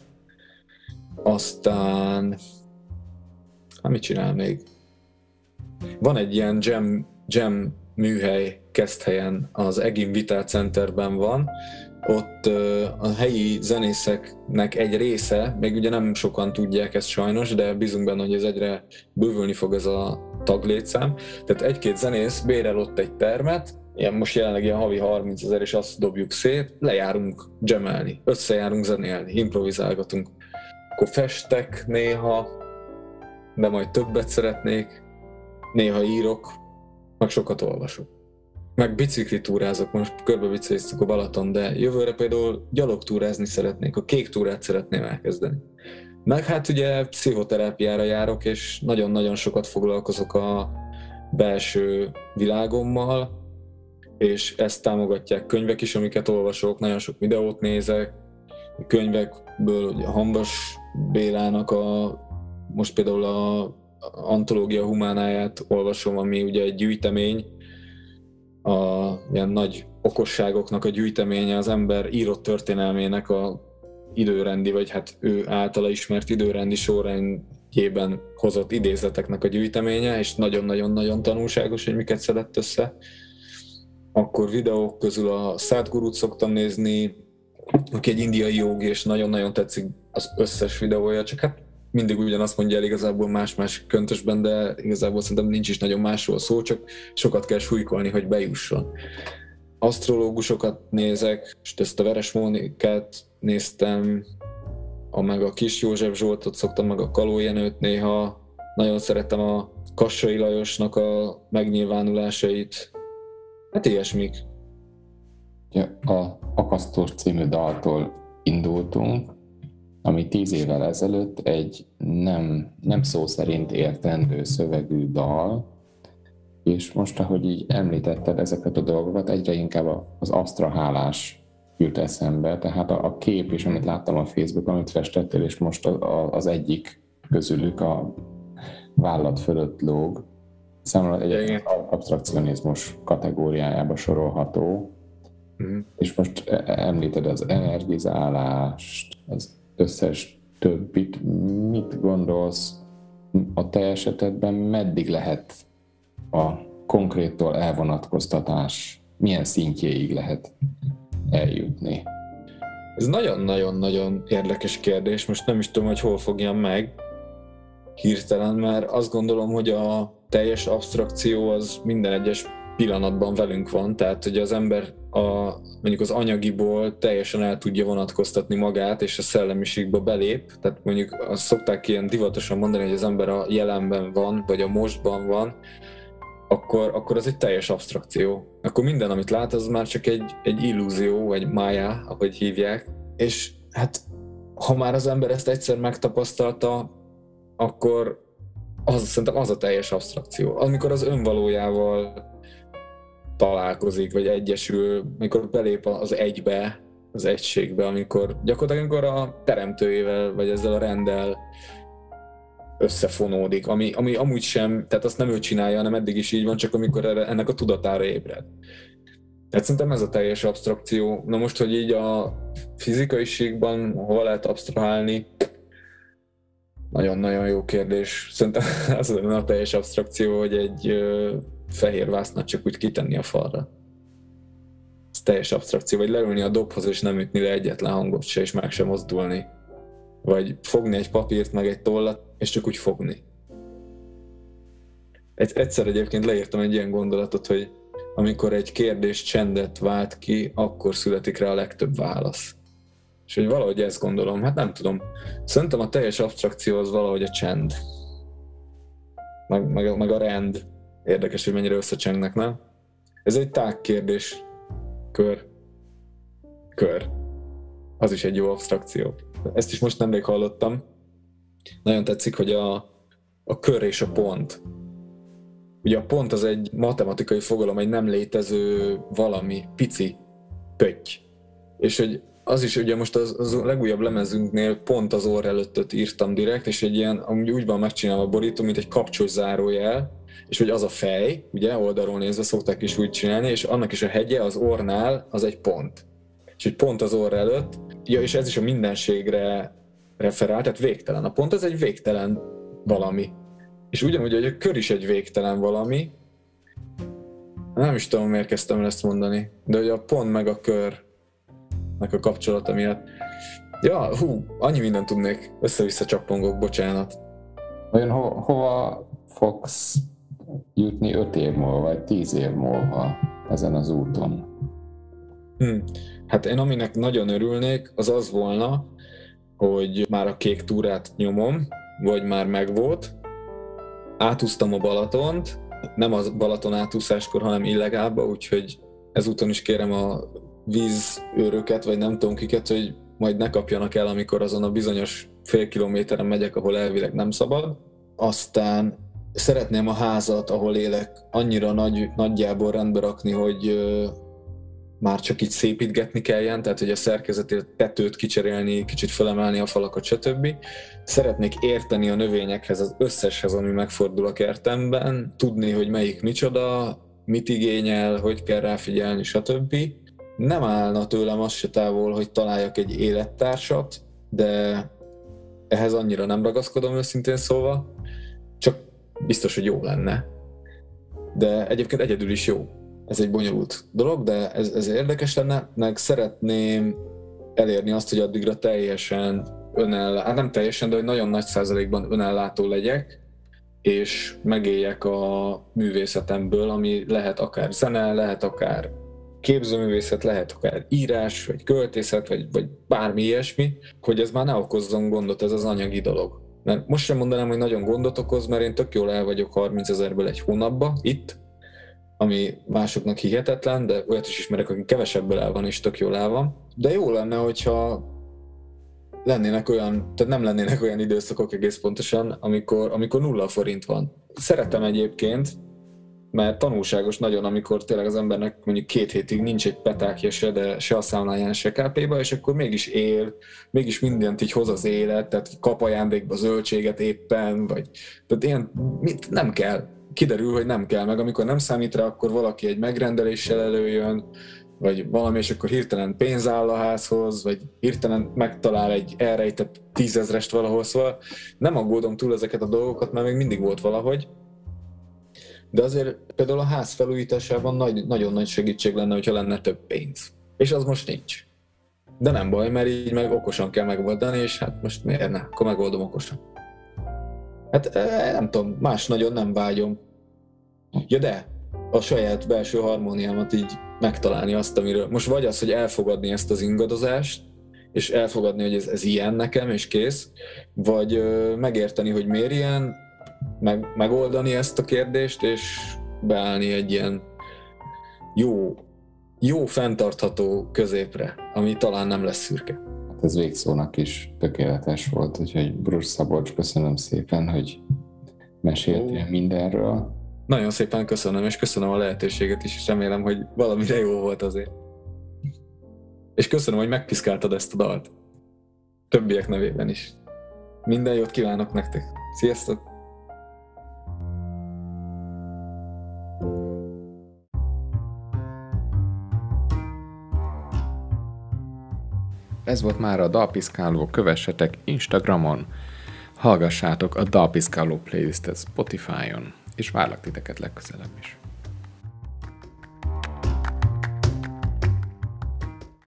Aztán, hát mit csinál még? Van egy ilyen jam, jam műhely Keszthelyen, az Egin Vital Centerben van, ott a helyi zenészeknek egy része, még ugye nem sokan tudják ezt sajnos, de bízunk benne, hogy ez egyre bővülni fog ez a taglétszám. Tehát egy-két zenész bérel ott egy termet, ilyen most jelenleg ilyen havi harmincezer, és azt dobjuk szét, lejárunk jamelni, összejárunk zenélni, improvizálgatunk. Akkor festek néha, de majd többet szeretnék, néha írok, meg sokat olvasok. Meg biciklitúrázok, most körbebicikliztük a Balaton, de jövőre például gyalogtúrázni szeretnék, a kék túrát szeretném elkezdeni. Meg hát ugye pszichoterápiára járok, és nagyon-nagyon sokat foglalkozok a belső világommal, és ezt támogatják könyvek is, amiket olvasok, nagyon sok videót nézek, könyvekből ugye Hamvas Bélának a, most például a Antológia Humánáját olvasom, ami ugye egy gyűjtemény, a ilyen nagy okosságoknak a gyűjteménye, az ember írott történelmének a időrendi, vagy hát ő általa ismert időrendi sorrendjében hozott idézeteknek a gyűjteménye, és nagyon-nagyon-nagyon tanulságos, hogy miket szedett össze. Akkor videók közül a Sadhgurut szoktam nézni, aki egy indiai jógi, és nagyon-nagyon tetszik az összes videója, csak hát mindig ugyanazt mondja el igazából más-más köntösben, de igazából szerintem nincs is nagyon másról szó, csak sokat kell súlykolni, hogy bejusson. Asztrológusokat nézek, és ezt a Veres Mónikát néztem, a meg a Kis József Zsoltot szoktam, meg a Kaló Jenőt néha. Nagyon szeretem a Kassai Lajosnak a megnyilvánulásait. Hát ilyesmik.
A Akasztós című daltól indultunk, ami tíz évvel ezelőtt egy nem, nem szó szerint értendő szövegű dal, és most, ahogy így említetted ezeket a dolgokat, egyre inkább az asztrahálás jut eszembe, tehát a, a kép is, amit láttam a Facebookon, amit festettél, és most a, a, az egyik közülük a vállat fölött lóg. Számomra egy absztrakcionizmus kategóriájába sorolható. Mm. És most említed az energizálást, az összes többit. Mit gondolsz a te esetedben, meddig lehet a konkréttól elvonatkoztatás, milyen szintjéig lehet eljutni?
Ez nagyon-nagyon-nagyon érdekes kérdés, most nem is tudom, hogy hol fogjam meg hirtelen, mert azt gondolom, hogy a teljes absztrakció az minden egyes pillanatban velünk van, tehát hogy az ember a, mondjuk az anyagiból teljesen el tudja vonatkoztatni magát, és a szellemiségbe belép, tehát mondjuk azt szokták ilyen divatosan mondani, hogy az ember a jelenben van, vagy a mostban van, akkor, akkor az egy teljes absztrakció. Akkor minden, amit lát, az már csak egy, egy illúzió, vagy mája, ahogy hívják. És hát, ha már az ember ezt egyszer megtapasztalta, akkor az, szerintem az a teljes absztrakció. Amikor az önvalójával találkozik, vagy egyesül, amikor belép az egybe, az egységbe, amikor gyakorlatilag amikor a teremtőjével, vagy ezzel a renddel összefonódik, ami, ami amúgy sem, tehát azt nem ő csinálja, hanem eddig is így van, csak amikor ennek a tudatára ébred. Tehát szerintem ez a teljes absztrakció. Na most, hogy így a fizikaiségban hova lehet absztrahálni, nagyon-nagyon jó kérdés. Szerintem az lenne a teljes absztrakció, hogy egy ö, fehér vásznat csak úgy kitenni a falra. Ez teljes absztrakció. Vagy leülni a dobhoz és nem ütni le egyetlen hangot se, és meg sem mozdulni. Vagy fogni egy papírt, meg egy tollat, és csak úgy fogni. Egy, egyszer egyébként leírtam egy ilyen gondolatot, hogy amikor egy kérdés csendet vált ki, akkor születik rá a legtöbb válasz. És hogy valahogy ezt gondolom, hát nem tudom. Szerintem a teljes absztrakció az valahogy a csend. Meg, meg, meg a rend. Érdekes, hogy mennyire összecsengnek, nem? Ez egy tág kérdés. Kör. Kör. Az is egy jó absztrakció. Ezt is most nemrég hallottam. Nagyon tetszik, hogy a, a kör és a pont. Ugye a pont az egy matematikai fogalom, egy nem létező valami, pici pötty. És hogy az is ugye most az, az legújabb lemezünknél pont az orr előttöt írtam direkt, és egy ilyen, amúgy úgy van megcsinálva a borító, mint egy kapcsos zárójel, és hogy az a fej, ugye oldalról nézve szokták is úgy csinálni, és annak is a hegye az orrnál az egy pont. És hogy pont az orr előtt, ja, és ez is a mindenségre referál, tehát végtelen. A pont az egy végtelen valami. És ugyanúgy, hogy a kör is egy végtelen valami, nem is tudom, miért kezdtem el ezt mondani, de hogy a pont meg a körnek a kapcsolata miatt. Ja, hú, annyi mindent tudnék, össze-vissza csappongok, bocsánat.
Olyan ho- hova fogsz jutni öt év múlva, vagy tíz év múlva ezen az úton?
Hm. Hát én aminek nagyon örülnék, az az volna, hogy már a kék túrát nyomom, vagy már megvolt, átúztam a Balatont, nem a Balaton átúszáskor, hanem illegálba, úgyhogy ezúton is kérem a vízőröket, vagy nem tudom kiket, hogy majd ne kapjanak el, amikor azon a bizonyos fél kilométeren megyek, ahol elvileg nem szabad. Aztán szeretném a házat, ahol élek, annyira nagy, nagyjából rendbe rakni, hogy már csak így szépítgetni kelljen, tehát hogy a szerkezetét, tetőt kicserélni, kicsit felemelni a falakat, stb. Szeretnék érteni a növényekhez, az összeshez, ami megfordul a kertemben, tudni, hogy melyik micsoda, mit igényel, hogy kell ráfigyelni, stb. Nem állna tőlem az se távol, hogy találjak egy élettársat, de ehhez annyira nem ragaszkodom őszintén szólva, csak biztos, hogy jó lenne. De egyébként egyedül is jó. Ez egy bonyolult dolog, de ez, ez érdekes lenne, meg szeretném elérni azt, hogy addigra teljesen önellátó, hát nem teljesen, de hogy nagyon nagy százalékban önellátó legyek, és megéljek a művészetemből, ami lehet akár zene, lehet akár képzőművészet, lehet akár írás, vagy költészet, vagy, vagy bármi ilyesmi, hogy ez már ne okozzon gondot, ez az anyagi dolog. Mert most sem mondanám, hogy nagyon gondot okoz, mert én tök jól el vagyok harmincezerből egy hónapba itt, ami másoknak hihetetlen, de olyat is ismerek, aki kevesebből el van és tök jól el van. De jó lenne, hogyha lennének olyan, tehát nem lennének olyan időszakok egész pontosan, amikor, amikor nulla forint van. Szeretem egyébként, mert tanulságos nagyon, amikor tényleg az embernek mondjuk két hétig nincs egy petákja se, de se a számláján, se ká péba, és akkor mégis él, mégis mindent így hoz az élet, tehát kap ajándékba zöldséget éppen, vagy tehát ilyen, mit nem kell. Kiderül, hogy nem kell, meg amikor nem számít rá, akkor valaki egy megrendeléssel előjön, vagy valami, és akkor hirtelen pénz áll a házhoz, vagy hirtelen megtalál egy elrejtett tízezrest valahol, szóval nem aggódom túl ezeket a dolgokat, mert még mindig volt valahogy. De azért például a ház felújításában nagy, nagyon nagy segítség lenne, hogyha lenne több pénz. És az most nincs. De nem baj, mert így meg okosan kell megoldani, és hát most miért ne? Akkor megoldom okosan. Hát nem tudom, más nagyon nem vágyom. Ja de, a saját belső harmóniámat így megtalálni azt, amiről... Most vagy az, hogy elfogadni ezt az ingadozást, és elfogadni, hogy ez, ez ilyen nekem, és kész, vagy ö, megérteni, hogy miért ilyen, meg, megoldani ezt a kérdést, és beállni egy ilyen jó, jó fenntartható középre, ami talán nem lesz szürke.
Hát ez végszónak is tökéletes volt, úgyhogy Brus Szabolcs, köszönöm szépen, hogy meséltél oh. mindenről.
Nagyon szépen köszönöm, és köszönöm a lehetőséget is, és remélem, hogy valamire jó volt azért. És köszönöm, hogy megpiszkáltad ezt a dalt. Többiek nevében is. Minden jót kívánok nektek. Sziasztok!
Ez volt már a Dalpiszkáló, kövessetek Instagramon, hallgassátok a Dalpiszkáló playlistet Spotify-on, és várlak titeket legközelebb is.